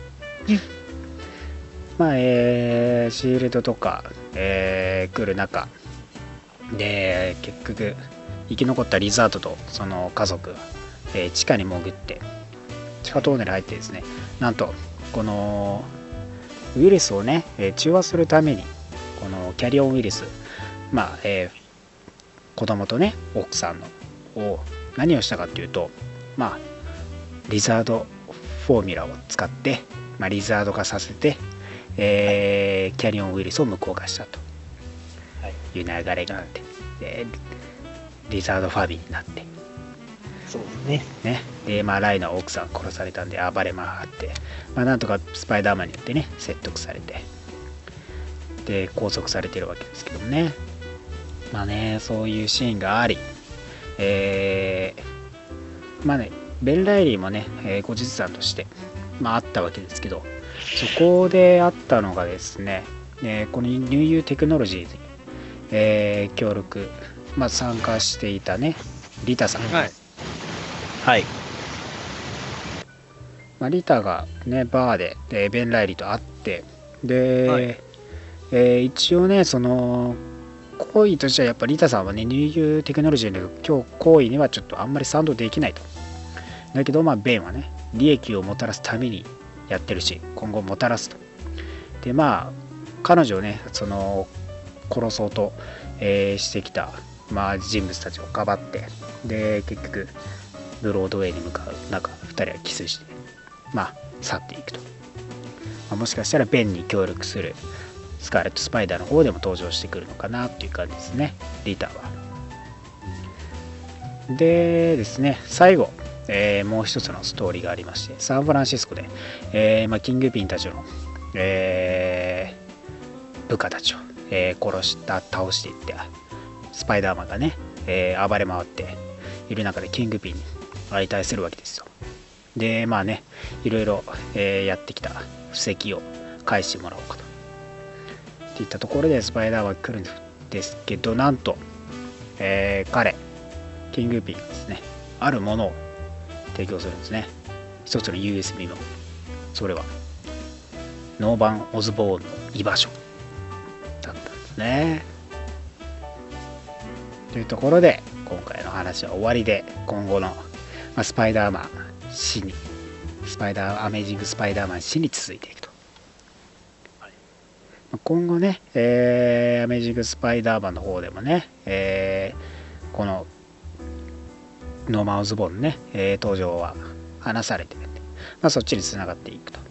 Speaker 3: まあえー、シールドとか、えー、来る中で結局生き残ったリザードとその家族が、えー、地下に潜って地下トンネル入ってですね、なんとこのウイルスをね、えー、中和するためにこのキャリオンウイルス、まあえー、 子供とね奥さんのを何をしたかっていうと、まあリザードフォーミュラを使って、まあ、リザード化させて、えー、キャリオンウイルスを無効化したという流れがあって、でリザードファミリーになって、
Speaker 1: そうですね。
Speaker 3: ね、で、まあ、ライナー奥さん殺されたんで暴れ回って、まあ、なんとかスパイダーマンによってね説得されて、で拘束されてるわけですけどもね、まあねそういうシーンがあり、えー、まあねベン・ライリーもね、えー、後日談として、まあ、あったわけですけど、そこであったのがですね、えー、このニューユーテクノロジーズに、えー、協力、まあ、参加していたねリタさん、
Speaker 2: はい。
Speaker 1: はい。
Speaker 3: まあ、リタがねバーで、でベン・ライリーと会って、で、
Speaker 2: はい
Speaker 3: えー一応ねその行為としてはやっぱリタさんはねニューユーテクノロジーの今日行為にはちょっとあんまり賛同できないと。だけどまあベンはね利益をもたらすためにやってるし今後もたらすと。でまあ彼女をねその殺そうと、えーしてきた、まあ、人物たちをかばって、で結局ブロードウェイに向かう中ふたりはキスして、まあ去っていくと。まあ、もしかしたらベンに協力するスカーレット・スパイダーの方でも登場してくるのかなっていう感じですね、リタは。でですね最後、えーもう一つのストーリーがありまして、サンフランシスコで、えーまあ、キングピンたちの、えー部下たちを、えー殺した倒していってスパイダーマンがね、えー暴れ回っている中でキングピンに相対するわけですよ。でまあねいろいろ、えーやってきた布石を返してもらおうかとっていったところでスパイダーマン来るんですけど、なんと、えー彼キングピンがですねあるものを提供するんですね。一つの ユーエスビー のそれはノーバン・オズボーンの居場所だったんですね。というところで今回の話は終わりで、今後の、まあ、スパイダーマン死にスパイダーアメージングスパイダーマン死に続いていくと。今後ね、えーアメージングスパイダーマンの方でもね、えーこのノーマン・オズボーンのね、えー登場は話されてるんで、まあ、そっちに繋がっていくと。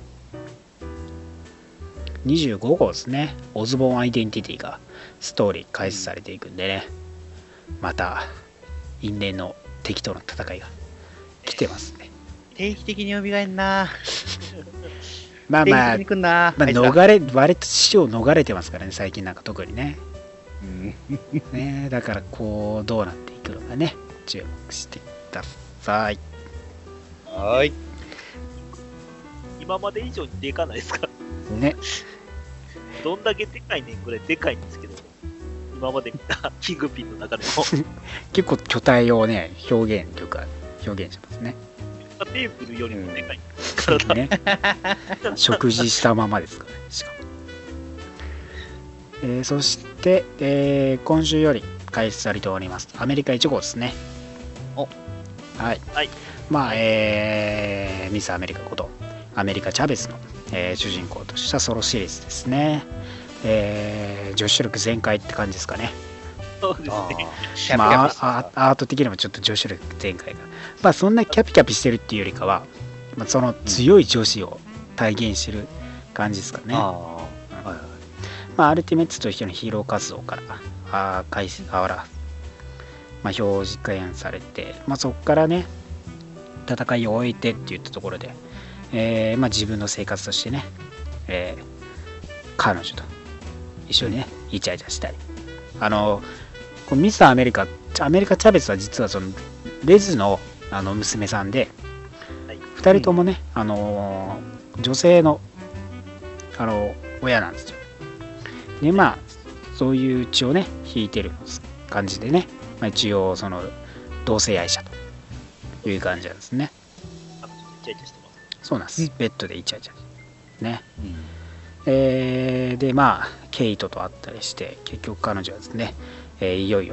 Speaker 3: にじゅうご号ですね、オズボーン・アイデンティティがストーリー開始されていくんでね、また因縁の敵との戦いが来てますね。
Speaker 2: 定期的に蘇んな。
Speaker 3: まあまあ、
Speaker 2: 定期的に来んな。
Speaker 3: まあ、
Speaker 2: あいつら
Speaker 3: 逃れ割と死を逃れてますからね最近なんか特にね。
Speaker 2: うん
Speaker 3: ねだからこうどうなっていくのかね注目してください。
Speaker 2: はーい。
Speaker 1: 今まで以上にでかないですか？
Speaker 3: ね
Speaker 1: どんだけでかいねんぐらいでかいんですけど、今まで見たキングピンの中でも、
Speaker 3: 結構巨体をね表現というか表現しますね。
Speaker 1: テーブルよりもでかい、体、
Speaker 3: ね食事したままですからねしかも、えーそして、えー今週より開始されておりますアメリカいち号ですね。
Speaker 2: お
Speaker 3: はい、
Speaker 1: はい
Speaker 3: まあ、えーミスアメリカことアメリカ・チャベスの、えー主人公としたソロシリーズですね。えー女子力全開って感じですかね。
Speaker 1: そうです
Speaker 2: あ
Speaker 1: ね。
Speaker 2: ーキャピキャピ
Speaker 3: ま
Speaker 2: して
Speaker 3: あ、アアート的にもちょっと女子力全開が、まあそんなキャピキャピしてるっていうよりかは、まあ、その強い女子を体現してる感じですかね。
Speaker 2: ああ。はいはい。
Speaker 3: まあ、アルティメッツとしてのヒーロー活動からあー開始あら、まあ、表示化されて、まあ、そこからね戦いを終えてっていったところで、えーまあ、自分の生活としてね、えー彼女と一緒にねイチャイチャしたり、あのこのミスターアメリカアメリカ・チャベスは実はそのレズのあの娘さんで、
Speaker 1: はい
Speaker 3: ふたりともね、あのー女性の、あの親なんですよ。でまあそういう血をね引いてる感じでね、まあ、一応その同性愛者という感じなんですね。
Speaker 1: あのイチャイチャしてます。
Speaker 3: そうなんです。ベッドでイチャイチャね。
Speaker 2: うん
Speaker 3: えーでまあケイトと会ったりして結局彼女はですね、えーいよいよ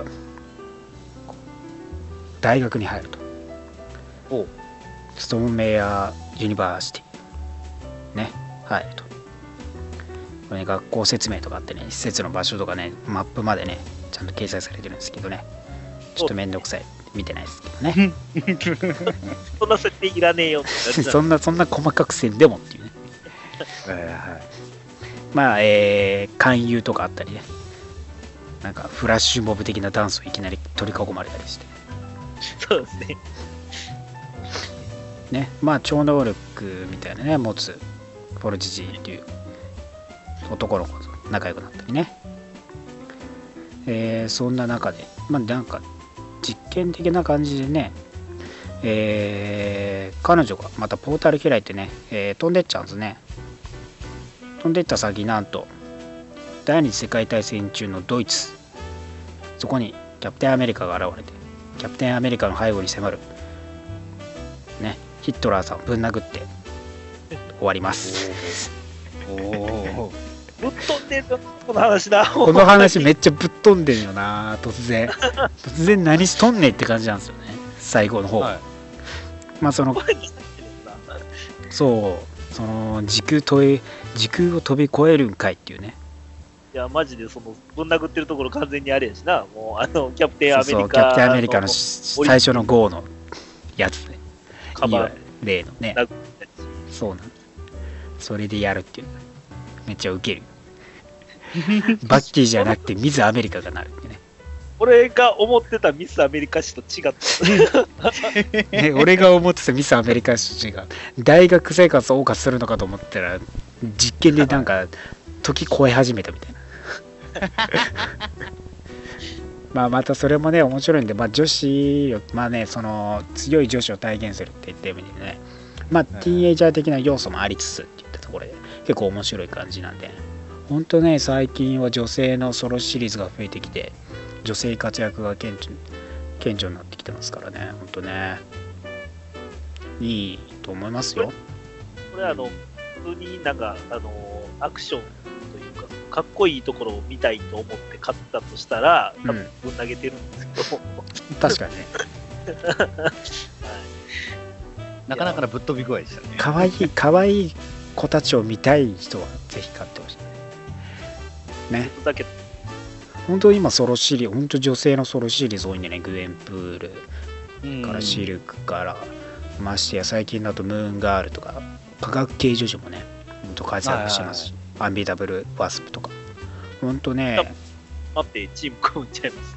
Speaker 3: 大学に入ると。
Speaker 2: おう
Speaker 3: ストーンメイヤーユニバーシティね入ると。これね、学校説明とかあってね施設の場所とかねマップまでねちゃんと掲載されてるんですけどね、 ちょっとめんどくさい。見てないですけどね。
Speaker 1: そんな設定いらねえよって感じだ
Speaker 3: そんな、そんな細かくせんでもっていうね。
Speaker 2: はいはい。
Speaker 3: まあ、えー、勧誘とかあったりね。なんか、フラッシュモブ的なダンスをいきなり取り囲まれたりして。
Speaker 1: そうですね。
Speaker 3: ね。まあ、超能力みたいなね、持つ、フォルジジーっていう男の子と仲良くなったりね。えー、そんな中で、まあ、なんか、実験的な感じでね、えー、彼女がまたポータル開いてね、えー、飛んでっちゃうんですね。飛んでった先、なんと第二次世界大戦中のドイツ、そこにキャプテンアメリカが現れて、キャプテンアメリカの背後に迫るね、ヒットラーさんをぶん殴って終わります。
Speaker 2: おお。
Speaker 1: ぶっ飛んでるよこの話だ。
Speaker 3: この話めっちゃぶっ飛んでるよな。突然突然何しとんねんって感じなんですよね、最後の方。はい、まあそのそうその時空飛び時空を飛び越えるんかいっていうね。
Speaker 1: いやマジでそのぶん殴ってるところ完全にあれやしな。もうあのキャプテンアメリカ
Speaker 3: そうそうキャプテンアメリカの最初のゴーのやつね、
Speaker 1: カバー
Speaker 3: 例のね。そうなんそれでやるっていうめっちゃウケる。バッキーじゃなくてミスアメリカがなるってね。
Speaker 1: 俺が思ってたミスアメリカ史と違った、
Speaker 3: ね、俺が思ってたミスアメリカ史が大学生活を謳歌するのかと思ったら実験でなんか時超え始めたみたいな。まあまたそれもね面白いんで、まあ、女子まあねその強い女子を体現するって言った意味でね、まあティーンエイジャー的な要素もありつつっていったところで結構面白い感じなんで、ほんとね最近は女性のソロシリーズが増えてきて女性活躍が顕著顕著になってきてますからね、ほんとねいいと思いますよ。
Speaker 1: これあの普通になんかあのアクションというかかっこいいところを見たいと思って買ったとしたら多分ぶん投げてるんですけど、
Speaker 3: うん、確かにね。
Speaker 1: はい、
Speaker 2: なかなかのぶっ飛び具合でしたね。
Speaker 3: かわいいかわいい子たちを見たい人はぜひ買ってほしいね。
Speaker 1: だけど
Speaker 3: 本当今ソロシリーズ、本当女性のソロシリーズ多いんでね、グエンプールからシルクからましてや最近だとムーンガールとか科学系女子もね本当活躍してますし、アンビダブルワスプとか本当ね
Speaker 1: 待ってチーム組んじゃいます。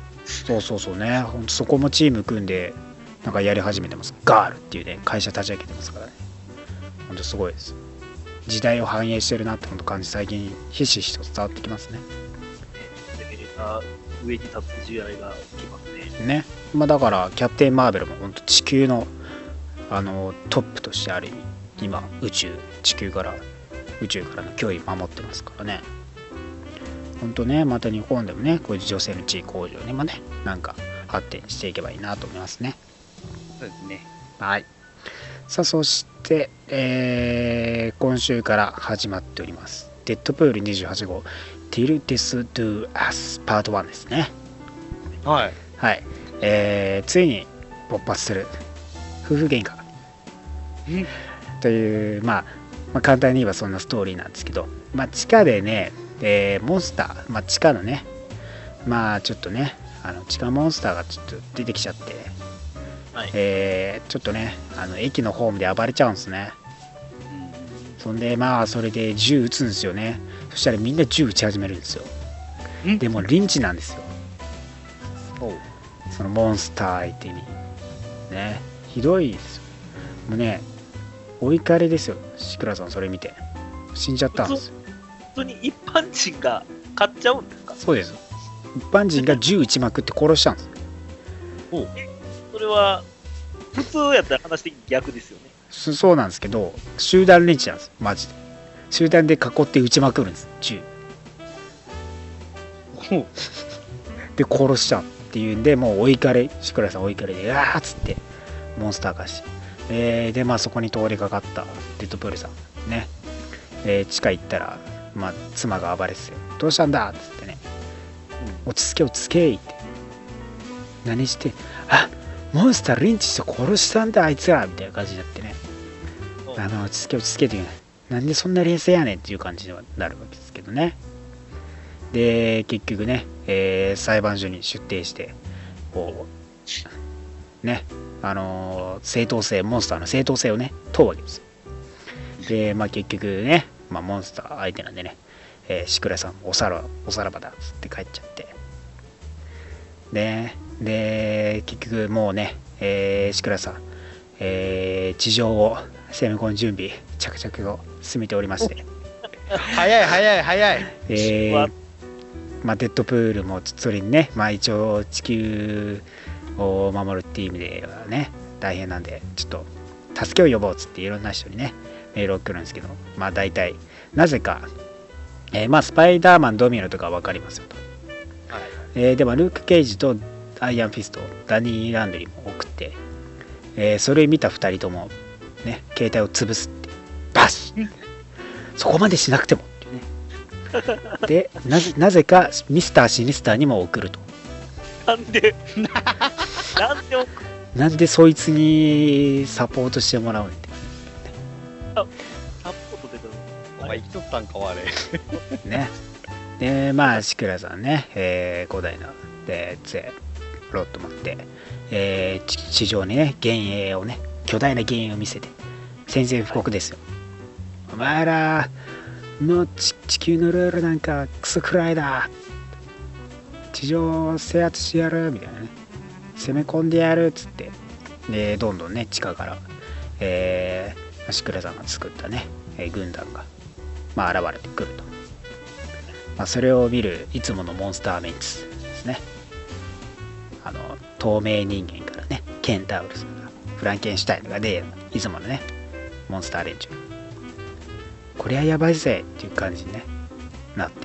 Speaker 3: そうそうそうね、本当そこもチーム組んでなんかやり始めてます。ガールっていうね会社立ち上げてますからね、本当すごいです。時代を反映してるなって本当感じ最近ひしひしと伝わってきますね。
Speaker 1: レベルが上に立つ時代が来ますね。
Speaker 3: ね、まあだからキャプテンマーベルも本当地球のあのトップとしてある意味今宇宙地球から宇宙からの脅威守ってますからね。本当ね、また日本でもねこういう女性の地位向上にもねなんか発展していけばいいなと思いますね。
Speaker 2: そうですね。
Speaker 3: はい。さあそして、えー、今週から始まっておりますデッドプールにじゅうはち号 Till Death Do Us パートワンですね。
Speaker 2: はい
Speaker 3: はい、えー、ついに勃発する夫婦喧嘩という、まあ、まあ簡単に言えばそんなストーリーなんですけど、まあ、地下でね、えー、モンスター、まあ、地下のねまあちょっとねあの地下モンスターがちょっと出てきちゃって、はい、えー、ちょっとねあの駅のホームで暴れちゃうんですね。そんでまあそれで銃撃つんですよね。そしたらみんな銃撃ち始めるんですよ。でもリンチなんですよ、そのモンスター相手にね。ひどいですよ。もうねお怒りですよシクラさん。それ見て死んじゃったんですよ。
Speaker 1: 普通に一般人が買っちゃうんですか？
Speaker 3: そうです。一般人が銃撃ちまくって殺しちゃうんですよ。
Speaker 1: おそれは普通やったら話的に逆ですよね。
Speaker 3: そ, そうなんですけど集団リンチなんですマジで。集団で囲って撃ちまくるんです銃で殺しちゃうっていうんで、もうお怒りシクラさんお怒りでうわーっつってモンスター化して、えー、でまあそこに通りかかったデッドプールさんね、えー、地下行ったら、まあ、妻が暴れててどうしたんだっつってね、落ち着け落ち着けって何してあモンスターリンチして殺したんだあいつらみたいな感じになってね、あの落ち着け落ち着けっていうなんでそんな冷静やねんっていう感じにはなるわけですけどね。で結局ね、えー、裁判所に出廷してこね、あのー正当性、モンスターの正当性をね、問うわけですよ。で、まあ結局ね、まあ、モンスター相手なんでね、えー、シクラさん、おさら、おさらばだっつって帰っちゃって。で、で、結局もうね、えー、シクラさん、えー、地上を攻め込む準備、着々と進めておりまして。
Speaker 2: 早い早い早い。
Speaker 3: えー、まあ、デッドプールもそれにね、まあ一応地球を守るっていう意味ではね、大変なんで、ちょっと助けを呼ぼうっつっていろんな人にね、メールを送るんですけど、まあ大体、なぜか、えー、まあスパイダーマン、ドミノとかわかりますよと。はい、えー、でもルーク・ケイジとアイアンフィスト、ダニー・ランドリーも送って、えー、それを見たふたりとも、ね、携帯を潰すって、バスそこまでしなくてもっていうね。で、なぜ、なぜかミスター・シニスターにも送ると。
Speaker 1: なんでなんで送る
Speaker 3: なんでそいつにサポートしてもらうんって。
Speaker 1: サポートで
Speaker 2: お前生きとったんかわれ。
Speaker 3: ね。で、まあ、シクラさんね、えー、古代ので杖、ロッド持って、えー、地上にね、幻影をね、巨大な幻影を見せて、宣戦布告ですよ。お前ら、もう地球のルールなんかクソくらいだ。地上を制圧してやるみたいなね。攻め込んでやるっつって。で、どんどんね、地下から、えー、シクラさんが作ったね、えー、軍団が、まあ、現れてくると。まあ、それを見るいつものモンスターメンツですね。あの、透明人間からね、ケンタウルスが、フランケンシュタインがで、いつものね、モンスター連中。こりゃやばいぜっていう感じに、ね、なってる。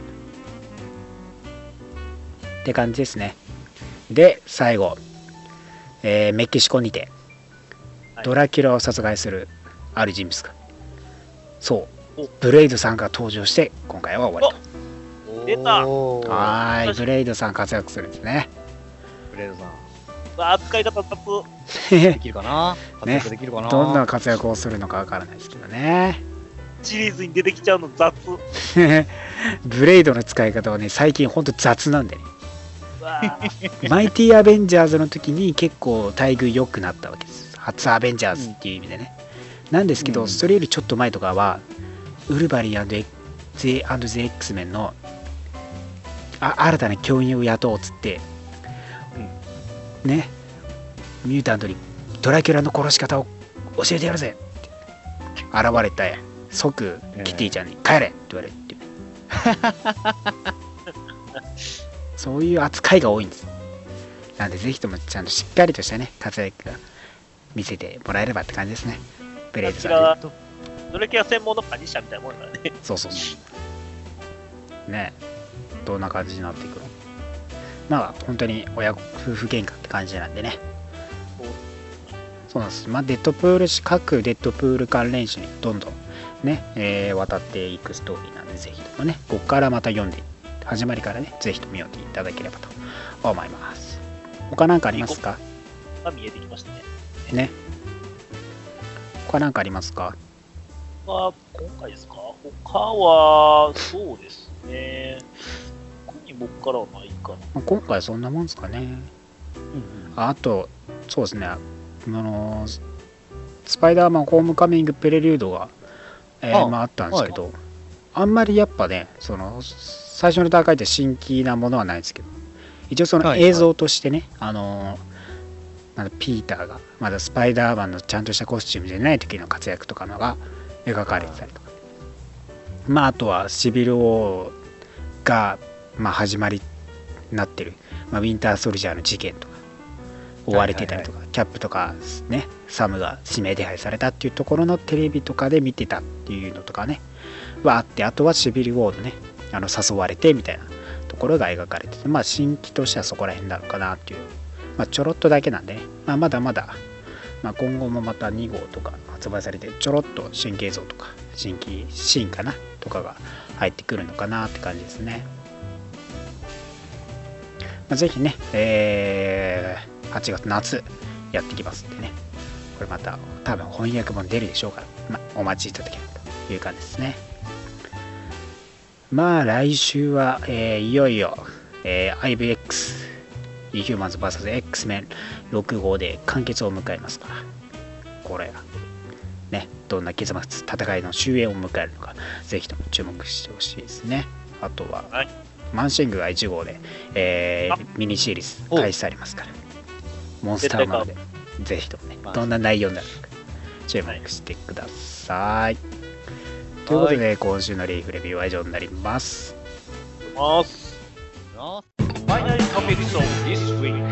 Speaker 3: って感じですね。で、最後、えー、メキシコにて、ドラキュラを殺害するある人物が、そう、ブレイドさんが登場して、今回は終わりと。
Speaker 1: 出た
Speaker 3: はい、ブレイドさん活躍するんですね。
Speaker 2: ブレイドさん。
Speaker 1: 扱い方雑。
Speaker 2: できるかな、活躍できるかな、
Speaker 3: ね、どんな活躍をするのかわからないですけどね。
Speaker 1: シリーズに出てきちゃうの雑。
Speaker 3: ブレイドの使い方はね、最近ほんと雑なんでね。マイティアベンジャーズの時に結構待遇良くなったわけです。初アベンジャーズっていう意味でね。うん、なんですけど、うん、それよりちょっと前とかは、ウルヴァリン &ゼ X メンのあ新たな教員を雇おうっつって、うん、ね、ミュータントにドラキュラの殺し方を教えてやるぜって現れた即キティちゃんに帰れって言われるっていう、そういう扱いが多いんです。なんでぜひともちゃんとしっかりとしたね活躍が見せてもらえればって感じですね。ブレイドさん
Speaker 1: ドラキュラ専門の管理者みたいなもんだからね。
Speaker 3: そうそうそうね。どんな感じになっていくの。まあ本当に親夫婦喧嘩って感じなんでね。そうなんです。まあデッドプール各デッドプール関連種にどんどんね、えー、渡っていくストーリーなんで、ぜひともねここからまた読んで始まりからねぜひとも読んでいただければと思います。他なんかありますか。
Speaker 1: が見えてきましたね。
Speaker 3: ね。他なんかありますか。
Speaker 1: あ、今回ですか。他はそうですね。特に僕からはないかな。
Speaker 3: まあ、今回そんなもんですかね。うんうん、あとそうですね。あのスパイダーマンホームカミングプレリュードが、えー、あ, まあ、あったんですけど、はい、あんまりやっぱねその最初の段階で新規なものはないですけど、一応その映像としてね、はいはい、あのまだピーターがまだスパイダーマンのちゃんとしたコスチュームじゃない時の活躍とかのが描かれてたりとか、まああとはシビル王が、まあ、始まりになってる、まあ、ウィンターソルジャーの事件とか追われてたりとか、はいはいはい、キャップとかねサムが指名手配されたっていうところのテレビとかで見てたっていうのとかねはあって、あとはシビルウォーのねあの誘われてみたいなところが描かれてて、まあ新規としてはそこら辺なのかなっていう、まあ、ちょろっとだけなんでね、まあ、まだまだ、まあ、今後もまたにごうとか発売されてちょろっと新規映像とか新規シーンかなとかが入ってくるのかなって感じですね。まあ、ぜひね、えー、はちがつ夏やってきますんでね、これまた多分翻訳も出るでしょうから、まあ、お待ちいただければという感じですね。まあ来週は、えー、いよいよ、えー、アイブイエックスイーヒューマンズ ブイエスエックス メンろく号で完結を迎えますから、これがね、どんな結末、戦いの終焉を迎えるのか、ぜひとも注目してほしいですね。あとは、
Speaker 1: はい、
Speaker 3: マンシングがいち号で、えー、ミニシリーズ開始されますから、モンスターマンで、ぜひともね、どんな内容になるのか注目してください。ということで、今週のリーフレビューは以上になります。
Speaker 1: ます。Finally topics of this week.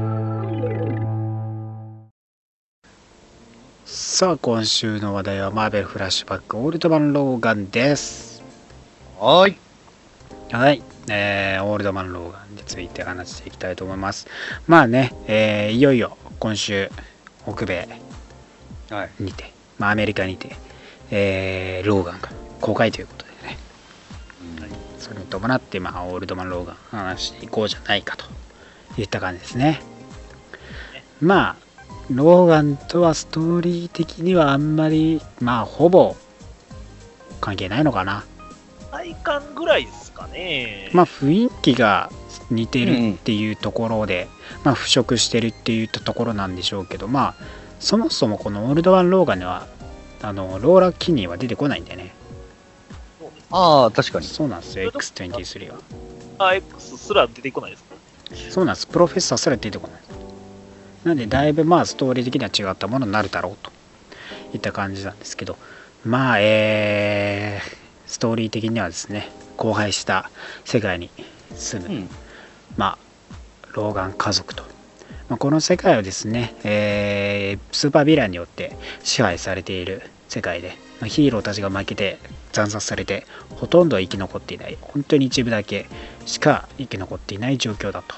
Speaker 3: さあ、今週の話題はマーベルフラッシュバックオールドマンローガンです。
Speaker 2: はい。
Speaker 3: はい、えー、オールドマンローガンについて話していきたいと思います。まあね、えー、いよいよ今週北米にて、はい、まあ、アメリカにて、えー、ローガンが公開ということでね、うん、それに伴って、まあ、オールドマンローガン話していこうじゃないかといった感じですね。まあローガンとはストーリー的にはあんまり、まあほぼ関係ないのかな。
Speaker 1: 体感ぐらいですかね。
Speaker 3: まあ雰囲気が似てるっていうところで、うん、まあ腐食してるっていうところなんでしょうけど、まあそもそもこのオールドマンローガンではあのローラ・キニーは出てこないんでね。
Speaker 2: ああ、確かに。
Speaker 3: そうなんですよ、エックスにじゅうさん は。
Speaker 1: あ、X すら出てこないですか。
Speaker 3: そうなんです、プロフェッサーすら出てこない。なんでだいぶまあストーリー的には違ったものになるだろうといった感じなんですけど、まあえー、ストーリー的にはですね、荒廃した世界に住む、うん、まあローガン家族と、まあ、この世界はですね、えー、スーパーヴィランによって支配されている世界で、まあ、ヒーローたちが負けて惨殺されてほとんど生き残っていない、本当に一部だけしか生き残っていない状況だと、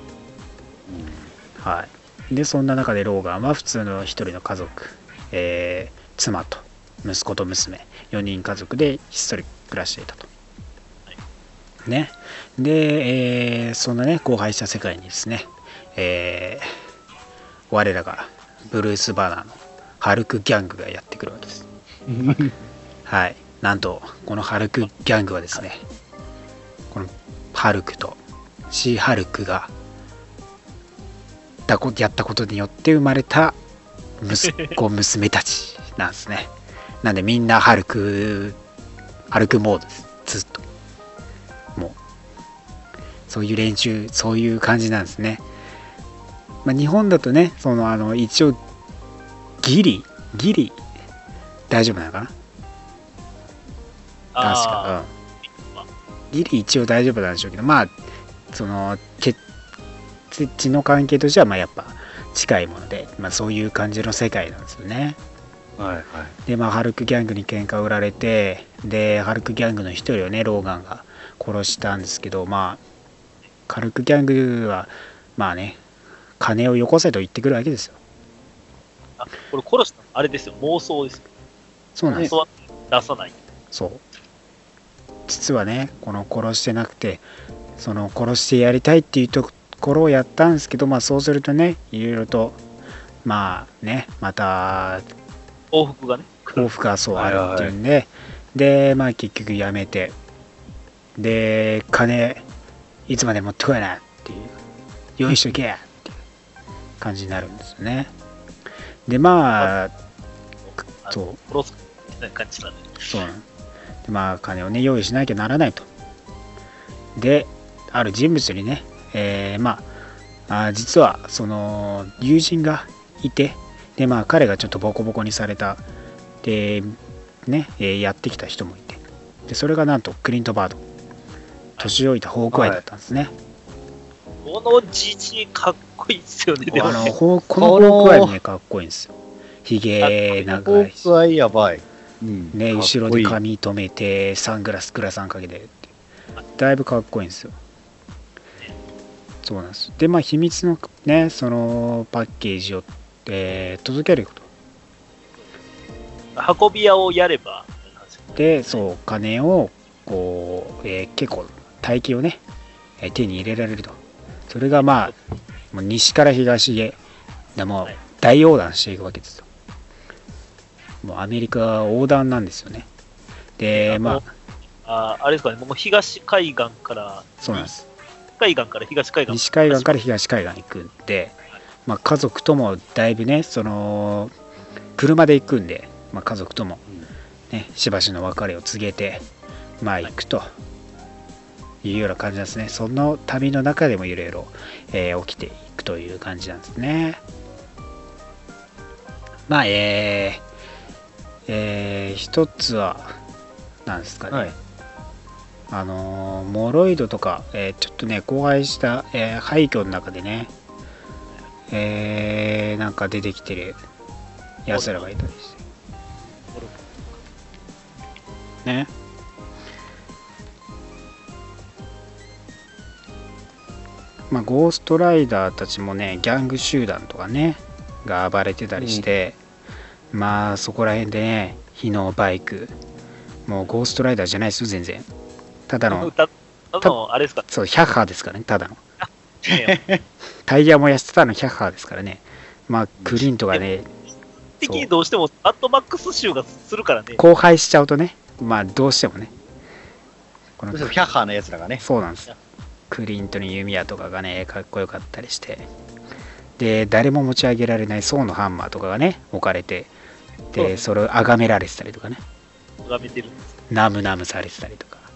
Speaker 3: うん、はい。でそんな中でローガンは普通の一人の家族、えー、妻と息子と娘よにん家族でひっそり暮らしていたと、ね、で、えー、そんなね荒廃した世界にですね、えー、我らがブルース・バナーのハルクギャングがやってくるわけですはい。なんとこのハルクギャングはですね、このハルクとシーハルクがやったことによって生まれた息子娘たちなんですね。なんでみんなハルクハルクモードです。ずっともうそういう練習、そういう感じなんですね。まあ、日本だとね、そのあの一応ギリギリ大丈夫なのかな、確か、うん、ギリ一応大丈夫なんでしょうけど、まあその血血の関係としてはまあやっぱ近いもので、まあ、そういう感じの世界なんですよね。
Speaker 2: はいはい、
Speaker 3: でまあハルクギャングに喧嘩を売られて、でハルクギャングの一人をねローガンが殺したんですけど、まあハルクギャングはまあね金をよこせと言ってくるわけですよ。
Speaker 1: あ、これ殺したのあれですよ、妄想ですよ。
Speaker 3: そうなんです。
Speaker 1: 妄想は出さない。
Speaker 3: そう実はねこの殺してなくて、その殺してやりたいっていうところをやったんですけど、まあそうするとねいろいろとまあねまた
Speaker 1: 報復がね
Speaker 3: 報復がそうあるっていうんで、はいはい、でまあ結局やめて、で金いつまで持ってこいなっていう用意しとけやっていう感じになるんですよね。でまあそう
Speaker 1: 殺すみたいな感じだね。
Speaker 3: そうなんで、まあ金をね用意しなきゃならないと。である人物にね、えー、まああ実はその友人がいて、でまあ彼がちょっとボコボコにされたでね、えー、やってきた人もいて、でそれがなんとクリント・バード、年老いたホークアイだったんですね。はい、
Speaker 1: このじじいかっこいいですよね。でもね、
Speaker 3: あのこのホークアイもねかっこいいんですよ。ひげ長いし、
Speaker 2: ホークアイやばい、
Speaker 3: うん、ね、後ろで髪留めてサングラスグラサンかけてってだいぶかっこいいんですよ。そうなんです。でまあ秘密のねそのパッケージを、えー、届けること、
Speaker 1: 運び屋をやれば
Speaker 3: でそう金をこう、えー、結構大金をね手に入れられると。それがまあもう西から東へでも大横断していくわけですよ。もうアメリカ横断なんですよね。でま
Speaker 1: あああれですかね、もう東海岸から
Speaker 3: そうなんです
Speaker 1: 海岸から東海岸
Speaker 3: 西海岸から東海岸行くんで、まあ、家族ともだいぶねその車で行くんで、まあ、家族とも、ね、しばしの別れを告げて、まあ、行くというような感じなんですね。その旅の中でもいろいろ起きていくという感じなんですね。まあえー、えー、一つはなんですかね、はい、あのー、モロイドとか、えー、ちょっとね荒廃した、えー、廃墟の中でね、えー、なんか出てきてるやつらがいたりしてね。まあゴーストライダーたちもねギャング集団とかねが暴れてたりして、うん、まあそこら辺でね火のバイクもうゴーストライダーじゃないですよ全然ただの
Speaker 1: たたのあれですか
Speaker 3: そうヒャッハーですからねただのタイヤ燃やしてたのヒャッハーですからね。まあクリントがね
Speaker 1: 的にどうしてもアットマックス集がするからね
Speaker 3: 荒廃しちゃうとねまあどうしてもね
Speaker 2: このヒャッハーのやつらがね
Speaker 3: そうなんです。クリントの弓矢とかがねかっこよかったりしてで誰も持ち上げられない層のハンマーとかがね置かれてでそれを崇められてたりとかね
Speaker 1: 崇めてるんです
Speaker 3: ナムナムされてたりとか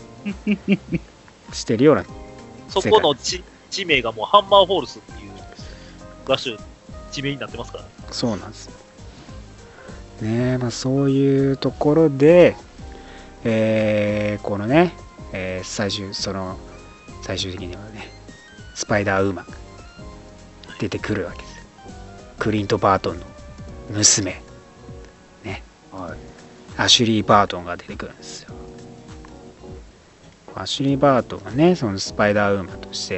Speaker 3: してるような
Speaker 1: そこの地地名がもうハンマーフォールスっていう場所地名になってますから。
Speaker 3: そうなんですねえ、まあそういうところで、えー、このね、えー、最終その最終的にはねスパイダーウーマン出てくるわけです。クリント・バートンの娘ね、はい、アシュリー・バートンが出てくるんですよ。アシュリー・バートンがねそのスパイダーウーマンとして、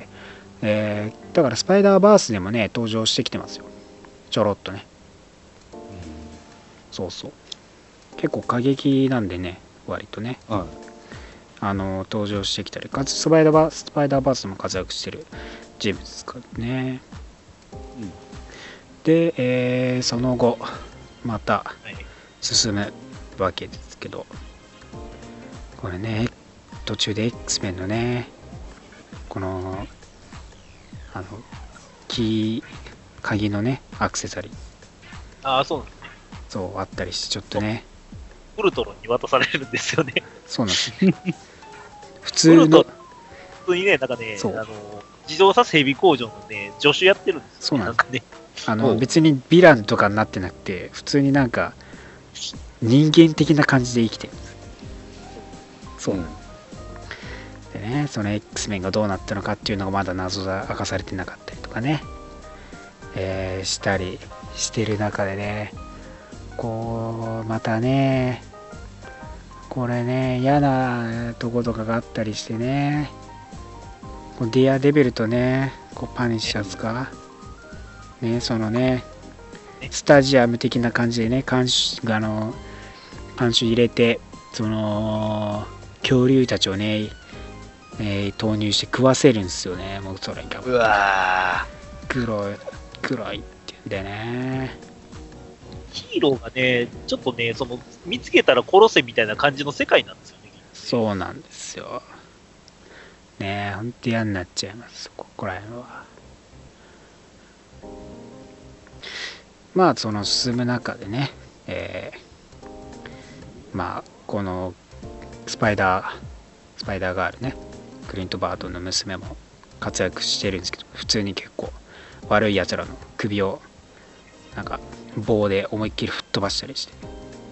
Speaker 3: えー、だからスパイダーバースでもね登場してきてますよちょろっとね、うん、そうそう結構過激なんでね割とね、はい、あの登場してきたりかつスパイダーバーススパイダーバースでも活躍してる人物ですからね、うん、で、えー、その後また進むわけですけどこれね途中で X メンのねこのあのキー鍵のねアクセサリー
Speaker 1: ああそうなんですね
Speaker 3: そうあったりしてちょっとね
Speaker 1: ウルトロンに渡されるんですよね。
Speaker 3: そうなんです普通の
Speaker 1: 普通にねなんかねあの自動車整備工場のね助手やってるんですよ、ね、
Speaker 3: そうなんです
Speaker 1: なんかね
Speaker 3: あの別にヴィランとかになってなくて普通になんか人間的な感じで生きてるんです。そう、うんでね、その X メンがどうなったのかっていうのがまだ謎が明かされてなかったりとかね、えー、したりしてる中でねこうまたねこれね嫌なとことかがあったりしてねこうディアデビルとねこうパニッシャーズかねそのねスタジアム的な感じでね監視あの監視入れてその恐竜たちをねえー、投入して食わせるんですよね。もうそれが
Speaker 2: うわ
Speaker 3: 黒い黒いって言うんでね
Speaker 1: ヒーローがねちょっとねその見つけたら殺せみたいな感じの世界なんですよね。
Speaker 3: そうなんですよねえほんと嫌になっちゃいますここら辺は。まあその進む中でね、えー、まあこのスパイダースパイダーガールねクリント・バートンの娘も活躍してるんですけど普通に結構悪いやつらの首をなんか棒で思いっきり吹っ飛ばしたりして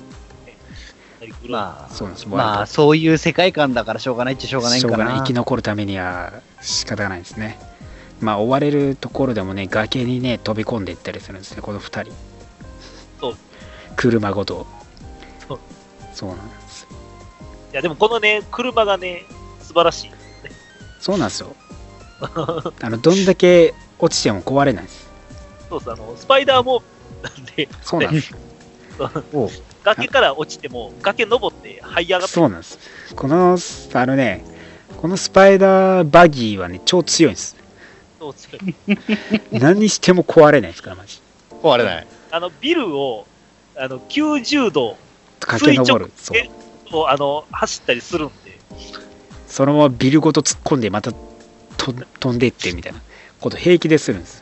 Speaker 2: まあ
Speaker 3: そうなんです。
Speaker 2: まあそういう世界観だからしょうがないっちゃしょうがないんかな。
Speaker 3: しょうがない生き残るためには仕方がないですね。まあ追われるところでもね崖にね飛び込んでいったりするんですねこのふたり。
Speaker 1: そう
Speaker 3: 車ごと
Speaker 1: そう、
Speaker 3: そうなんですよ。
Speaker 1: いやでもこのね車がね素晴らしい、ね、
Speaker 3: そうなんですよあのどんだけ落ちても壊れないです。
Speaker 1: そうそうあのスパイダーモービルなんで
Speaker 3: そうなんです
Speaker 1: 崖から落ちても崖登って這い上がって
Speaker 3: そうなんです。このあのねこのスパイダーバギーはね超強いんです。
Speaker 1: そう強い
Speaker 3: 何にしても壊れないですからマジ
Speaker 2: 壊れない。
Speaker 1: あのビルをあのきゅうじゅうど
Speaker 3: 駆け上る
Speaker 1: そうあの走ったりするんで
Speaker 3: そのままビルごと突っ込んでまたと飛んでってみたいなこと平気でするんです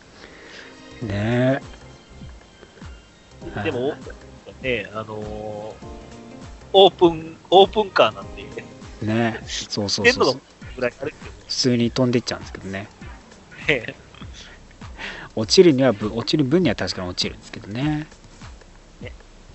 Speaker 3: ねえ。
Speaker 1: でも、ね、あのー、オープン、オープンカーなんで、
Speaker 3: ねそうそう
Speaker 1: 天皇
Speaker 3: そうそう
Speaker 1: ぐらいあるけど、
Speaker 3: 普通に飛んでっちゃうんですけどね。
Speaker 1: ね、
Speaker 3: 落ちるにはぶ落ちる分には確かに落ちるんですけどね。
Speaker 1: ね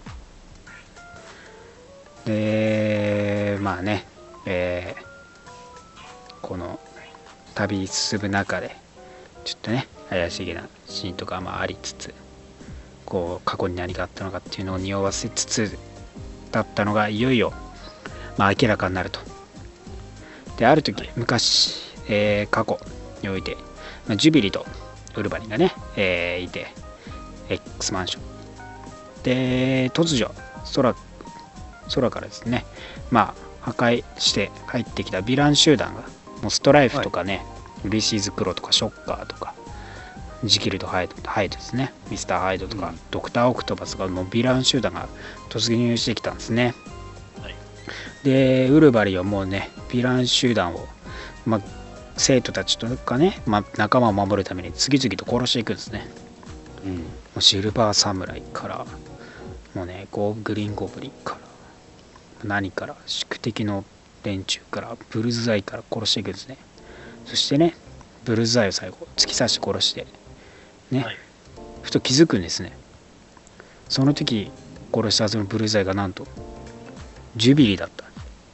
Speaker 3: でまあね、えーこの旅進む中でちょっとね怪しげなシーンとかまあありつつ、こう過去に何があったのかっていうのを匂わせつつだったのがいよいよ、まあ、明らかになると。である時、昔、えー過去において、まあ、ジュビリとウルヴァリンがね、えーいて X マンションで突如空空からですね、まあ破壊して帰ってきたヴィラン集団がもうストライフとかね、ウリシーズクロとかショッカーとかジキルとハイドハイドですね、ミスターハイドとか、
Speaker 2: うん
Speaker 3: ドクターオクトパスがもうヴィラン集団が突入してきたんですね。
Speaker 1: はい、
Speaker 3: でウルヴァリンはもうねヴィラン集団を、まあ、生徒たちとかね、まあ、仲間を守るために次々と殺していくんですね。
Speaker 2: うん
Speaker 3: もうシルバーサムライからもうねゴグリーンゴブリンから何から宿敵の連中からブルズアイから殺していくんですね。そしてねブルズアイを最後突き刺して殺してね、
Speaker 1: はい、
Speaker 3: ふと気づくんですね。その時殺したはずのブルズアイがなんとジュビリだった。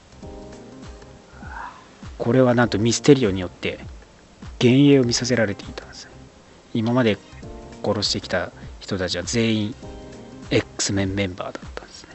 Speaker 3: これはなんとミステリオによって幻影を見させられていたんです。今まで殺してきた人たちは全員 X メンメンバーだったんですね。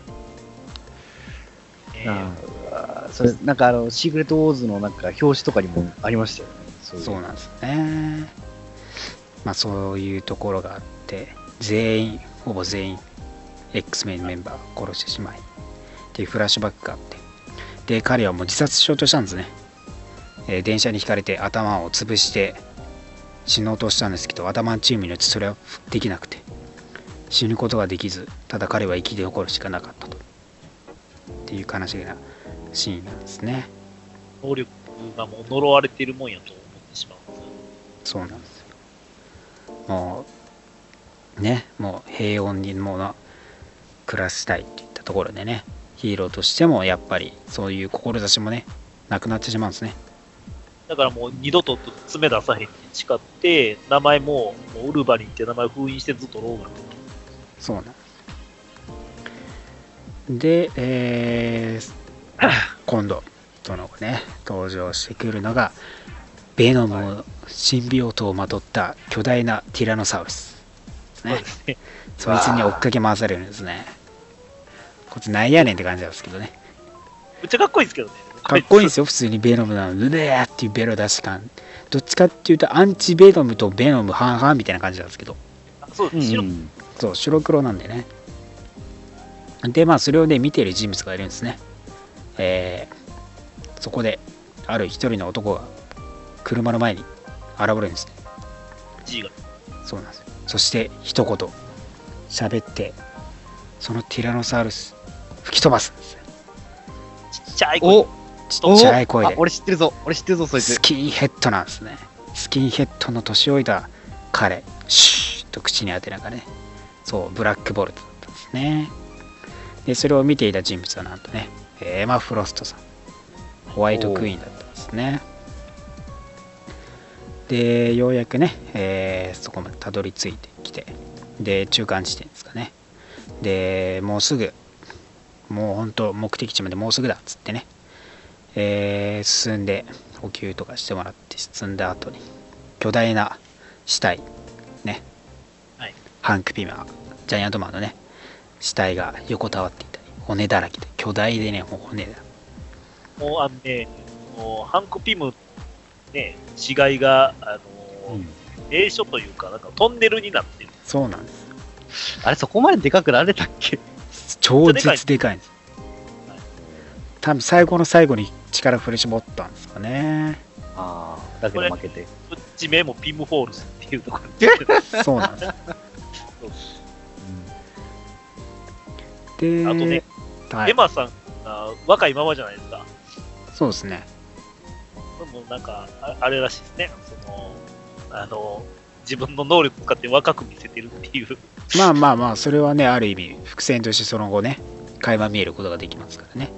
Speaker 1: えー
Speaker 2: あーそれなんかあのシークレットウォーズのなんか表紙とかにもありましたよね。そういう
Speaker 3: そうなんですね。まあそういうところがあって全員ほぼ全員 X メンメンバーを殺してしまいっていうフラッシュバックがあって、で彼はもう自殺しようとしたんですね。えー電車にひかれて頭を潰して死のうとしたんですけど、アダマンチームによってそれはできなくて死ぬことができず、ただ彼は生き残るしかなかったとっていう悲しげなシーンなんですね。
Speaker 1: 能力がもう呪われているもんやと思ってしまうんですよ。
Speaker 3: そうなんですよ。もうねもう平穏にもうな暮らしたいっていったところでね、ヒーローとしてもやっぱりそういう志もねなくなってしまうんですね。
Speaker 1: だからもう二度と爪出さへんに誓って、名前ももうウルヴァリンって名前を封印してずっとローガンで。
Speaker 3: そうなんです。で、えー今度その後ね登場してくるのがベノムのシンビオートをまとった巨大なティラノサウルスですね。
Speaker 1: そうですね。
Speaker 3: そいつに追っかけ回されるんですね。こいつなんやねんって感じなんですけどね。
Speaker 1: めっちゃかっこいいですけどね。
Speaker 3: かっこいいんですよ普通にベノムなので、うべーっていうベロ出し感、どっちかっていうとアンチベノムとベノム半々みたいな感じなんですけど、
Speaker 1: あそうです。白
Speaker 2: うんうん
Speaker 3: そう白黒なんでね。でまあそれをね見ている人物がいるんですね。えー、そこである一人の男が車の前に現れるんですね。
Speaker 1: G が。
Speaker 3: そうなんですよ。そして一言喋ってそのティラノサウルス吹き飛ばすんですよ。
Speaker 1: ちっちゃい声。
Speaker 2: お
Speaker 3: ちっちゃい声で。
Speaker 2: あ俺知ってるぞ俺知ってるぞそいつ
Speaker 3: スキンヘッドなんですね。スキンヘッドの年老いた彼、シューッと口に当てながらね、そうブラックボルトだったんですね。でそれを見ていた人物はなんとねエマ・フロストさん、ホワイトクイーンだったんですね。でようやくね、えーそこまでたどり着いてきて、で中間地点ですかね。でもうすぐもう本当目的地までもうすぐだっつってね、えー進んで補給とかしてもらって進んだ後に巨大な死体ね、
Speaker 1: はい、
Speaker 3: ハンク・ピマージャイアントマンのね死体が横たわっていたり、骨だらけで巨大でねもう骨だ。
Speaker 1: もうあのね、もうハンク・ピムね、死骸が、あのー
Speaker 3: うん
Speaker 1: 名所というか、なんかトンネルになってる。
Speaker 3: そうなんです。
Speaker 2: あれそこまででかくなれたっけ
Speaker 3: 超絶でかいんです。
Speaker 1: はい、
Speaker 3: 多分最後の最後に力振り絞ったんですかね。
Speaker 2: ああだけど負けて
Speaker 1: 地名もピム・フォールズっていうところで。
Speaker 3: そうなんです。で、
Speaker 1: あとね、
Speaker 3: はい
Speaker 1: エマさんが若いままじゃないですか。
Speaker 3: そうですね。
Speaker 1: でもなんか、ああれらしいですね。その、あの、自分の能力使って若く見せてるっていう。
Speaker 3: まあまあまあ、それはね、ある意味、伏線としてその後ね、垣間見えることができますからね。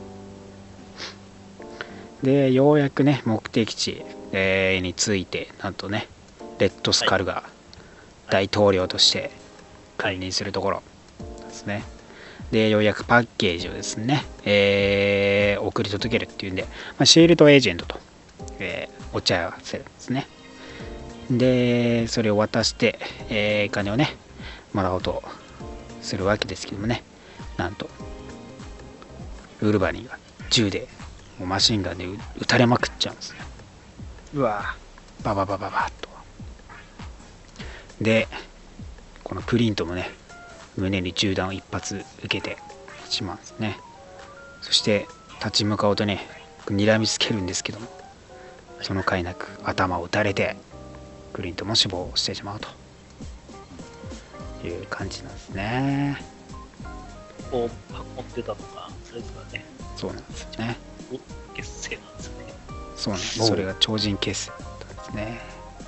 Speaker 3: で、ようやくね、目的地、えーについて、なんとね、レッドスカルが大統領として君臨するところですね。で、ようやくパッケージをですね、えー送り届けるっていうんで、まあ、シールドエージェントと、えーお茶合わせるんですね。で、それを渡して、えー金をね、もらおうとするわけですけどもね、なんと、ウルヴァリンが銃で、もうマシンガンで撃撃たれまくっちゃうんですね。
Speaker 2: うわ
Speaker 3: バババババッと。で、このクリントもね、胸に銃弾を一発受けてしまうんですね。そして立ち向かおうとね、睨みつけるんですけども、その甲斐なく頭を撃たれて、クリントも死亡してしまうという感じなんですね。
Speaker 1: こう運んでたのが、それですからね。
Speaker 3: そうなんですよね。
Speaker 1: 結成なんですよね。
Speaker 3: そうなんです。それが超人結成だったんですね。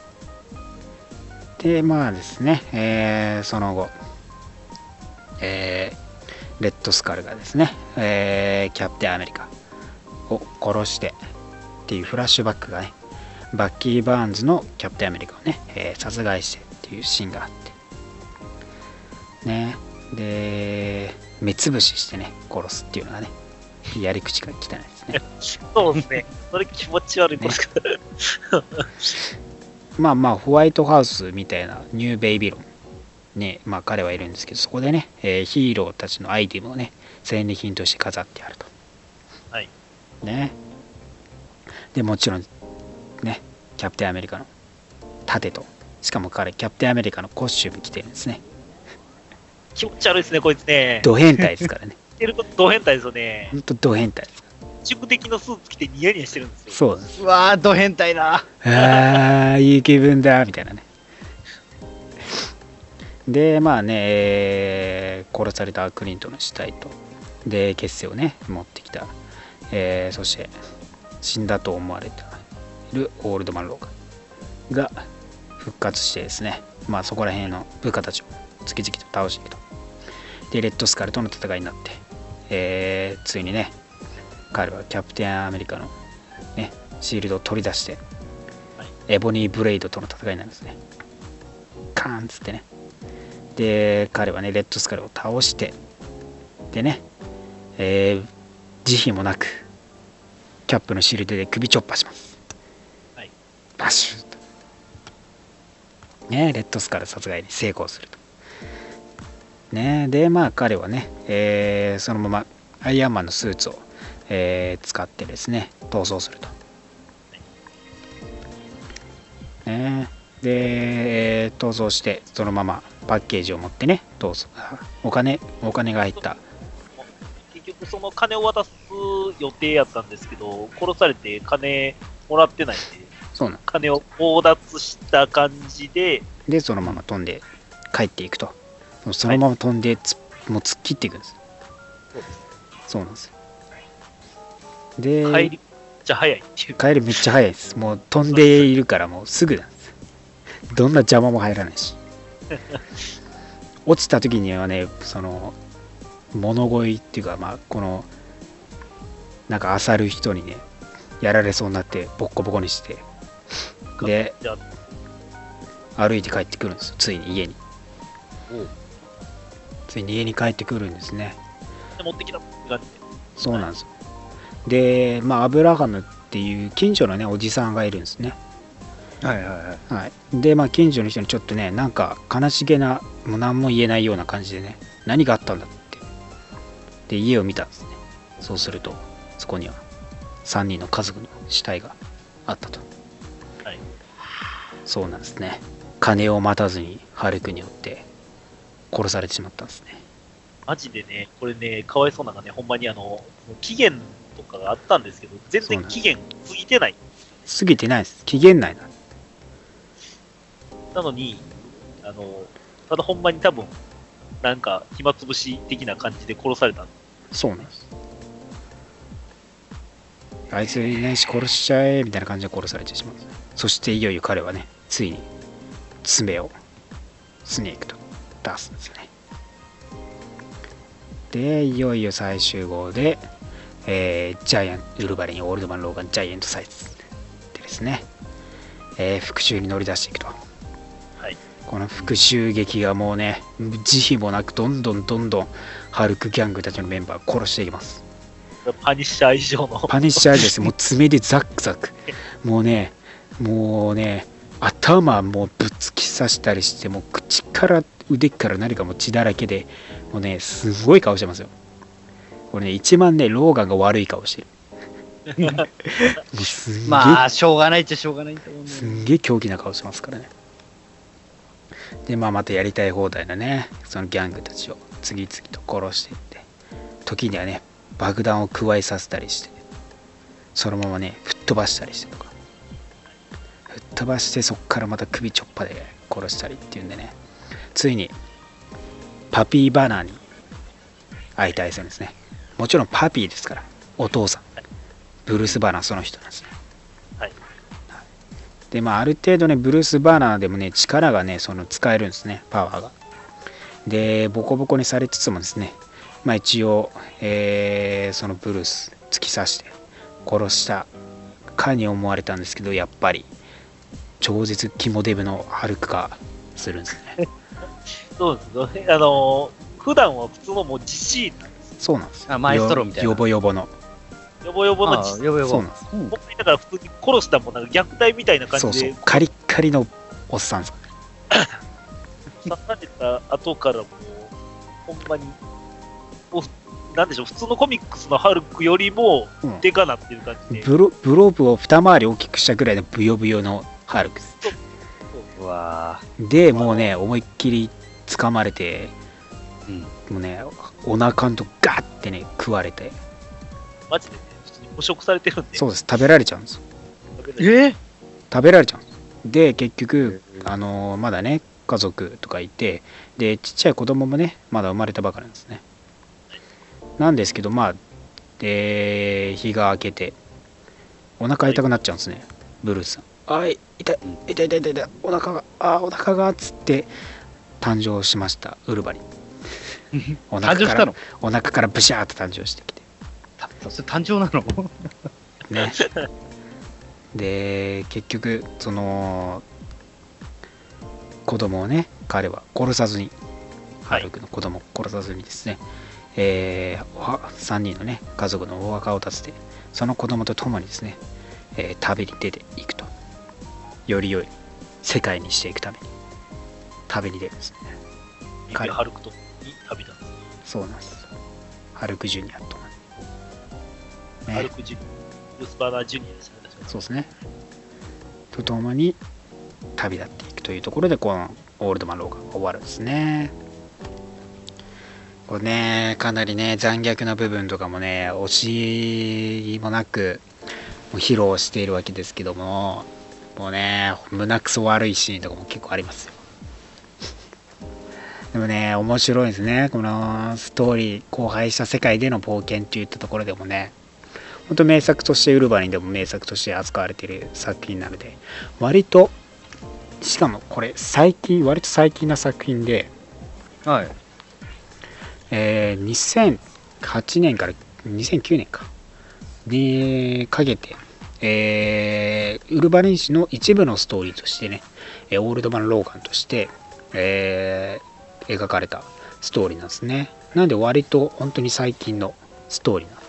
Speaker 3: で、まあですね、えーその後、えーレッドスカルがですね、えーキャプテンアメリカを殺してっていうフラッシュバックがね、バッキー・バーンズのキャプテンアメリカをね、えー殺害してっていうシーンがあってね、で目つぶししてね殺すっていうのがね、やり口が汚いですね。
Speaker 1: そうですね。それ気持ち悪いですから。
Speaker 3: まあまあホワイトハウスみたいなニューベイビロンね、まあ彼はいるんですけど、そこでね、えーヒーローたちのアイテムをね、戦利品として飾ってあると。
Speaker 1: はい。
Speaker 3: ね。で、もちろん、ね、キャプテンアメリカの盾と、しかも彼、キャプテンアメリカのコスチューム着てるんですね。
Speaker 1: 気持ち悪いですね、こいつね。
Speaker 3: ド変態ですからね。
Speaker 1: 着てることド変態ですよね
Speaker 3: ほ。んとド変態ですか
Speaker 1: 宿敵のスーツ着てニヤニヤしてるんですよ。
Speaker 3: ら。そうなんです。
Speaker 2: うわー、ド変態だ。
Speaker 3: あー、いい気分だ、みたいなね。で、まあね、えー殺されたクリントの死体と、で、血清をね、持ってきた。えーそして、死んだと思われているオールドマン・ローガンが復活してですね、まあそこら辺の部下たちを次々と倒していくと。で、レッドスカルとの戦いになって、えーついにね、彼はキャプテンアメリカの、ね、シールドを取り出して、
Speaker 1: はい、
Speaker 3: エボニー・ブレイドとの戦いなんですね。カーンっつってね。で、彼はね、レッドスカルを倒して、でね、えー、慈悲もなく、キャップのシールドで首チョッパーします。
Speaker 1: はい。
Speaker 3: バシューと。ね、レッドスカル殺害に成功すると。ね、で、まあ彼はね、えーそのままアイアンマンのスーツを、えー使ってですね、逃走すると。ね、で、えー逃走して、そのままパッケージを持ってね、逃走。お金、お金が入った。
Speaker 1: 結局その金を渡す予定やったんですけど、殺されて金もらってないんで、
Speaker 3: そうなん
Speaker 1: 金を強奪した感じで、
Speaker 3: で、そのまま飛んで帰っていくと。そのまま飛んでつ、もう突っ切っていくんです。
Speaker 1: そうです。
Speaker 3: そうなんですよ。で、
Speaker 1: 帰りめっちゃ早いっていう。
Speaker 3: 帰りめっちゃ早いです。もう飛んでいるからもうすぐなんです。どんな邪魔も入らないし。落ちた時にはね、その物乞いっていうか、まあこのなんか漁る人にね、やられそうになってボッコボコにして、で
Speaker 1: じゃ
Speaker 3: 歩いて帰ってくるんですよ。ついに家に。
Speaker 1: おう
Speaker 3: ついに家に帰ってくるんですね。
Speaker 1: で持ってきたって感じで。
Speaker 3: そうなんですよ。で、まあアブラハムっていう近所のねおじさんがいるんですね。
Speaker 2: はいはいはい。
Speaker 3: はい、で、まあ、近所の人にちょっとね、なんか悲しげな、もう何も言えないような感じでね、何があったんだって。で、家を見たんですね。そうすると、そこにはさんにんの家族の死体があったと。
Speaker 1: はい。
Speaker 3: そうなんですね。金を待たずにハルクによって殺されてしまったんですね。
Speaker 1: マジでね、これね、かわいそうなのがね、ほんまにあの、期限とかがあったんですけど、全然期限過ぎてない。
Speaker 3: 過ぎてないです。期限内なんです。
Speaker 1: なのに、あの、ただほんまに多分、なんか、暇つぶし的な感じで殺された。
Speaker 3: そうなんです。 あいついないし殺しちゃえみたいな感じで殺されてしまう。そしていよいよ彼はね、ついに爪をスネークと出すんですよね。でいよいよ最終号で、えー、ジャイアンウルヴァリンオールドマンローガンジャイアントサイズでですね、えー、復讐に乗り出していくと、
Speaker 1: はい、
Speaker 3: この復讐劇がもうね慈悲もなくどんどんどんどんハルクギャングたちのメンバーを殺していきます。
Speaker 1: パニッシャー以上の
Speaker 3: パニッシャーですもう爪でザックザックもうねもうね頭もうぶっ突き刺したりして、もう口から腕から何かもう血だらけで、もうねすごい顔してますよ。これね一番ねローガンが悪い顔してるもうすんげえ、
Speaker 2: まあしょうがないっちゃしょうがないんだもんね。
Speaker 3: すんげえ狂気な顔してますからね。でまあまたやりたい放題なねそのギャングたちを次々と殺していって、時にはね爆弾を加えさせたりして、そのままね吹っ飛ばしたりしてとか、吹っ飛ばしてそこからまた首ちょっぱで殺したりっていうんでね、ついにパピーバナーに相対するんですね。もちろんパピーですから、お父さんブルース・バナーその人なんですね。
Speaker 1: はい、
Speaker 3: でまあある程度ねブルース・バナーでもね力がねその使えるんですね、パワーが。でボコボコにされつつもですね、まあ一応、えー、そのブルース突き刺して殺したかに思われたんですけど、やっぱり超絶肝デブのハルクがするんですね。
Speaker 1: そうですね。あのー、普段は普通のもうジシーなんです。
Speaker 3: そうなんです。
Speaker 2: あマエストロみたいな。
Speaker 3: ヨボヨボの。
Speaker 1: ヨボヨボの
Speaker 2: あ
Speaker 1: ジシー。
Speaker 2: ヨボヨボ。
Speaker 3: そうなんです。
Speaker 2: うん、
Speaker 1: 本当にだから普通に殺したもんなんか虐待みたいな感じで。
Speaker 3: そうそう。カリッカリのおっさんです。
Speaker 1: 刺された後からもう、ほんまに、おなんでしょう、普通のコミックスのハルクよりも
Speaker 3: うん
Speaker 1: でかなっていう感じで。
Speaker 3: ブロブローブを二回り大きくしたぐらいのブヨブヨのハルクです。
Speaker 2: うわ
Speaker 3: でもうね思いっきり掴まれて、
Speaker 2: ー、うん、
Speaker 3: もうねお腹んとガッてね食われて、
Speaker 1: マジでね、普通に捕食されてるんで。
Speaker 3: そうです食べられちゃうんですよ。
Speaker 1: 食べれない
Speaker 2: え
Speaker 3: 食べられちゃうんです。で結局あのーまだね家族とかいて、でちっちゃい子供もねまだ生まれたばかりなんですね。なんですけどまあ、えー日が明けてお腹痛くなっちゃうんですね、ブルースさん。あい痛い痛い痛い痛い痛いお腹があお腹がっつって誕生しましたウルヴァリン。お
Speaker 2: 誕
Speaker 3: 腹から
Speaker 2: 生したの？
Speaker 3: お腹からブシャーって誕生してきて
Speaker 2: それ誕生なの？
Speaker 3: ね。で結局その子供をね彼は殺さずに、ハルクの子供を殺さずにですね、えー、さんにんのね家族のお墓を建てて、その子供と共にですね、えー旅に出ていくと、より良い世界にしていくために旅に出るんですね。
Speaker 1: 彼ハルクとに旅立つ。
Speaker 3: そうなんです。ハルクジュニアと、ね、
Speaker 1: ハルクジュニア、ブルース・バーナージュニアですね。
Speaker 3: そうですね。とともに旅立っていくというところで、このオールドマンローが終わるんですね。これね、かなりね、残虐な部分とかもね、惜しもなく披露しているわけですけども、もうね、胸くそ悪いシーンとかも結構ありますよ。でもね、面白いですね。このストーリー、荒廃した世界での冒険といったところでもね、本当名作としてウルヴァリンでも名作として扱われている作品なので、割としかもこれ最近割と最近な作品で、
Speaker 2: はい、
Speaker 3: えー、にせんはちねんからにせんきゅうねんかにかけて、えー、ウルヴァリン誌の一部のストーリーとしてね、オールドマン・ローガンとして、えー、描かれたストーリーなんですね。なんで割と本当に最近のストーリーなんです。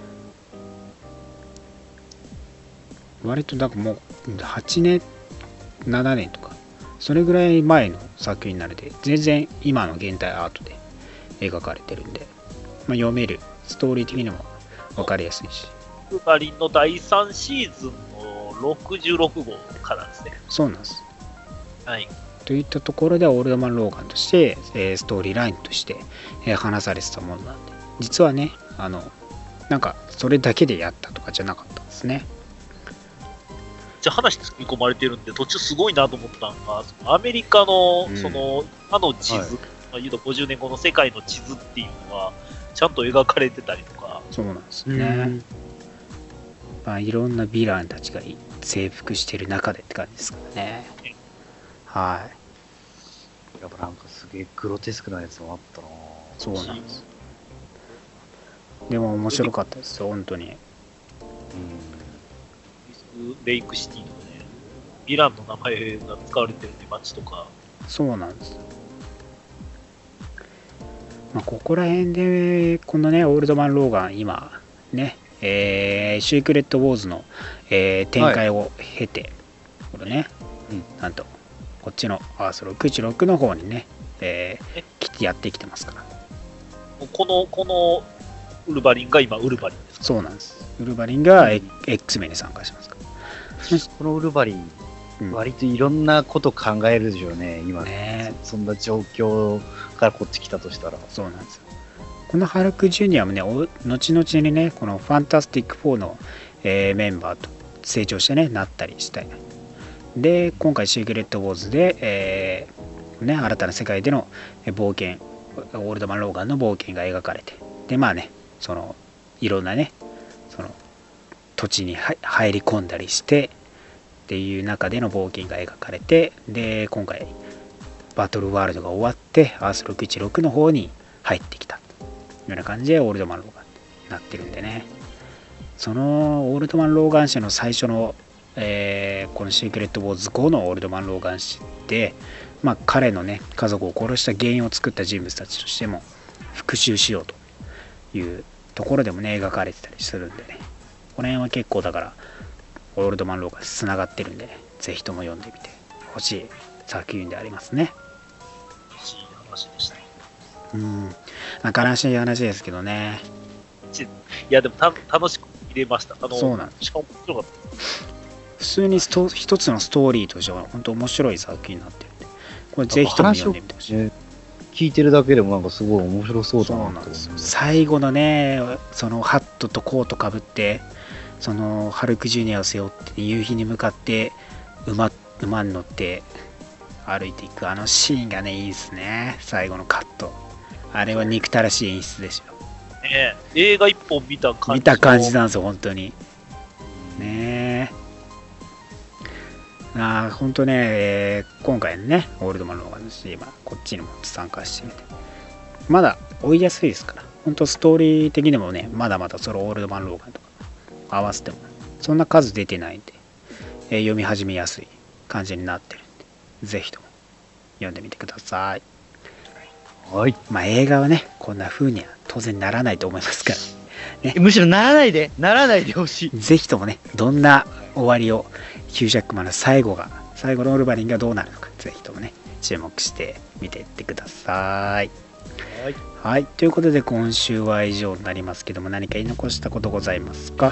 Speaker 3: 割となんかもうはちねんななねんとかそれぐらい前の作品なので、全然今の現代アートで描かれてるんで、まあ、読めるストーリー的にも分かりやすいし、
Speaker 1: ウルヴァリンのだいさんシーズンのろくじゅうろくごうからですね。
Speaker 3: そうなんです。
Speaker 1: はい。
Speaker 3: といったところではオールドマン・ローガンとして、えー、ストーリーラインとして、えー、話されてたものなんで、実はね、あのなんかそれだけでやったとかじゃなかったんですね。
Speaker 1: じゃあ話作り込まれてるんで、途中すごいなと思ったのが、そのアメリカの、
Speaker 3: うん、
Speaker 1: そのあの地図、はい、まあ、言うとごじゅうねんごの世界の地図っていうのはちゃんと描かれてたりとか。
Speaker 3: そうなんですね。 まあ、いろんなヴィランたちが征服してる中でって感じですからね。はい。
Speaker 2: やっぱなんかすげえグロテスクなやつもあったな。
Speaker 3: そうなんです。でも面白かったですよ、本当に。
Speaker 1: うん。レイクシティとかね、ヴィランの名前が使われてるって街とか。
Speaker 3: そうなんです。まあ、ここら辺で、このね、オールドマン・ローガン、今、ね、えー、シークレット・ウォーズの、えー展開を経て、これね、
Speaker 2: うん、
Speaker 3: なんと、こっちのアースろくいちろくの方にね、えー、来てやってきてますから。
Speaker 1: この、このウルヴァリンが今、ウルヴァリンですか？
Speaker 3: そうなんです。ウルヴァリンが X メンに参加しますから。
Speaker 2: このウルヴァリン、うん、割といろんなこと考えるでしょうね、今ね。そんな状況からこっち来たとしたら。
Speaker 3: そうなんですよ。このハルク・ジュニアもね、後々にね、このファンタスティックフォーの、えー、メンバーと成長してね、なったりして。で、今回シークレット・ウォーズで、えーね、新たな世界での冒険、オールドマン・ローガンの冒険が描かれて、で、まあね、その、いろんなね、その、土地に入り込んだりして、っていう中での冒険が描かれて、で、今回、バトルワールドが終わって、アースろくいちろくの方に入ってきた。ような感じでオールドマン・ローガンになってるんでね。そのオールドマン・ローガン氏の最初の、えー、このシークレット・ウォーズごのオールドマン・ローガン氏で、まあ、彼のね、家族を殺した原因を作った人物たちとしても復讐しようというところでもね、描かれてたりするんでね。この辺は結構だから、オールドマン・ローガンつながってるんでね、ぜひとも読んでみてほしい作品でありますね。
Speaker 1: 嬉しい話でした。
Speaker 3: うん、悲しい話ですけどね。
Speaker 1: いや、でもた楽しく見れました。あの
Speaker 3: そうなんです。
Speaker 1: しかも面白かった。
Speaker 3: 普通にスト一つのストーリーとしては本当面白い作品になってるんで、これぜひとも読んでみてほしい。
Speaker 2: ね、聞いてるだけでもなんかすごい面白そうだな。そうなんです。
Speaker 3: 最後のね、そのハットとコートかぶって、そのハルクジュニアを背負って夕日に向かって馬馬に乗って歩いていくあのシーンがね、いいですね。最後のカット。あれは憎たらしい演出ですよ。
Speaker 1: ねえ、映画一本見た感じ。
Speaker 3: 見た感じなんですよ、本当に。ねえ。ああ、本当ね、えー、今回のね、オールドマン・ローガンのシーン、こっちにも参加してみて。まだ追いやすいですから。本当ストーリー的にもね、まだまだそのオールドマン・ローガンとか合わせても、そんな数出てないんで、えー、読み始めやすい感じになってるんで、ぜひとも読んでみてください。
Speaker 2: はい。
Speaker 3: まあ映画はね、こんな風には当然ならないと思いますから、
Speaker 2: ね。むしろならないで、ならないでほしい。
Speaker 3: ぜひともね、どんな終わりを、ヒュージャックマンの最後が、最後のオルヴァリンがどうなるのか、ぜひともね、注目して見ていってください。
Speaker 1: はい。
Speaker 3: はい。ということで、今週は以上になりますけども、何か言い残したことございますか？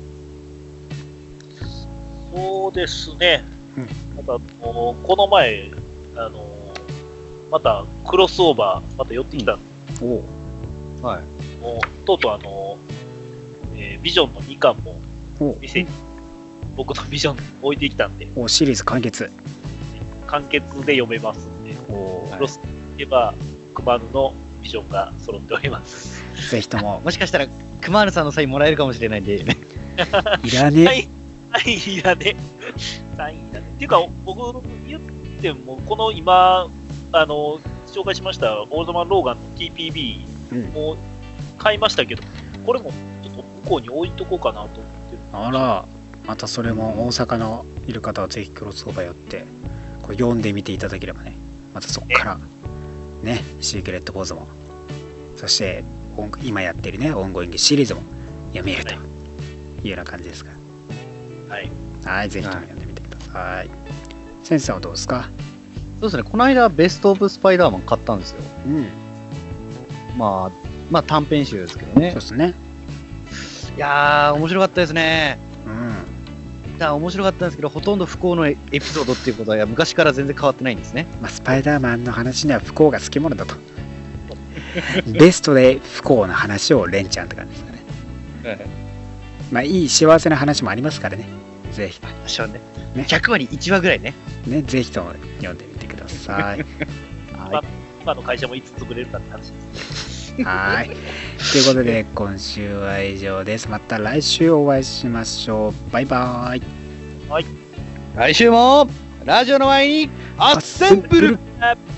Speaker 1: そうですね。
Speaker 3: うん、
Speaker 1: また、この前、あの、またクロスオーバーまた寄ってきた、
Speaker 3: うん、お
Speaker 2: はい、
Speaker 1: もうとうとうあの、えー、ビジョンのにかんも店に僕のビジョン置いてきたんで、
Speaker 3: おシリーズ完結
Speaker 1: 完結で読めますんで、
Speaker 3: お
Speaker 1: クロスといえばクマヌのビジョンが揃っております。
Speaker 3: ぜひとも
Speaker 2: もしかしたらクマヌさんのサインもらえるかもしれないんで、ね、
Speaker 3: いらね
Speaker 1: えサインいらねえサインいらねえっていうか僕言ってもこの今あの紹介しましたオールドマン・ローガンの ティーピービー も買いましたけど、うん、これもちょっと向こうに置いとこうかなと思ってる。
Speaker 3: あら、またそれも大阪のいる方はぜひクロスオーバー寄ってこれ読んでみていただければね、またそこからねシークレット・ウォーズも、そして今やってるねオンゴイングシリーズも読めるというような感じですから、
Speaker 1: はい、
Speaker 3: はい、ぜひとも読んでみてください。はい、先生はどうですか？
Speaker 2: そうですね、この間ベストオブスパイダーマン買ったんですよ。
Speaker 3: うん。
Speaker 2: まあ、まあ短編集ですけどね。
Speaker 3: そうですね。
Speaker 2: いやー、面白かったですね。
Speaker 3: うん。
Speaker 2: いや、面白かったんですけど、ほとんど不幸のエピソードっていうことは昔から全然変わってないんですね。
Speaker 3: まあ、スパイダーマンの話には不幸がつきものだと。ベストで不幸な話を連チャンって感じですかね。はい、まあ、いい幸せな話もありますからね。ぜひ。
Speaker 2: 私はね、ねひゃくわにいちわぐらいね。
Speaker 3: ね、ぜひとも読んでみてください。
Speaker 1: はい、今の会社もいつ潰れるかって話です。
Speaker 3: はい。ということで、今週は以上です。また来週お会いしましょう。バイバイ。
Speaker 2: 来週もラジオの前にアッセンブル。
Speaker 1: あ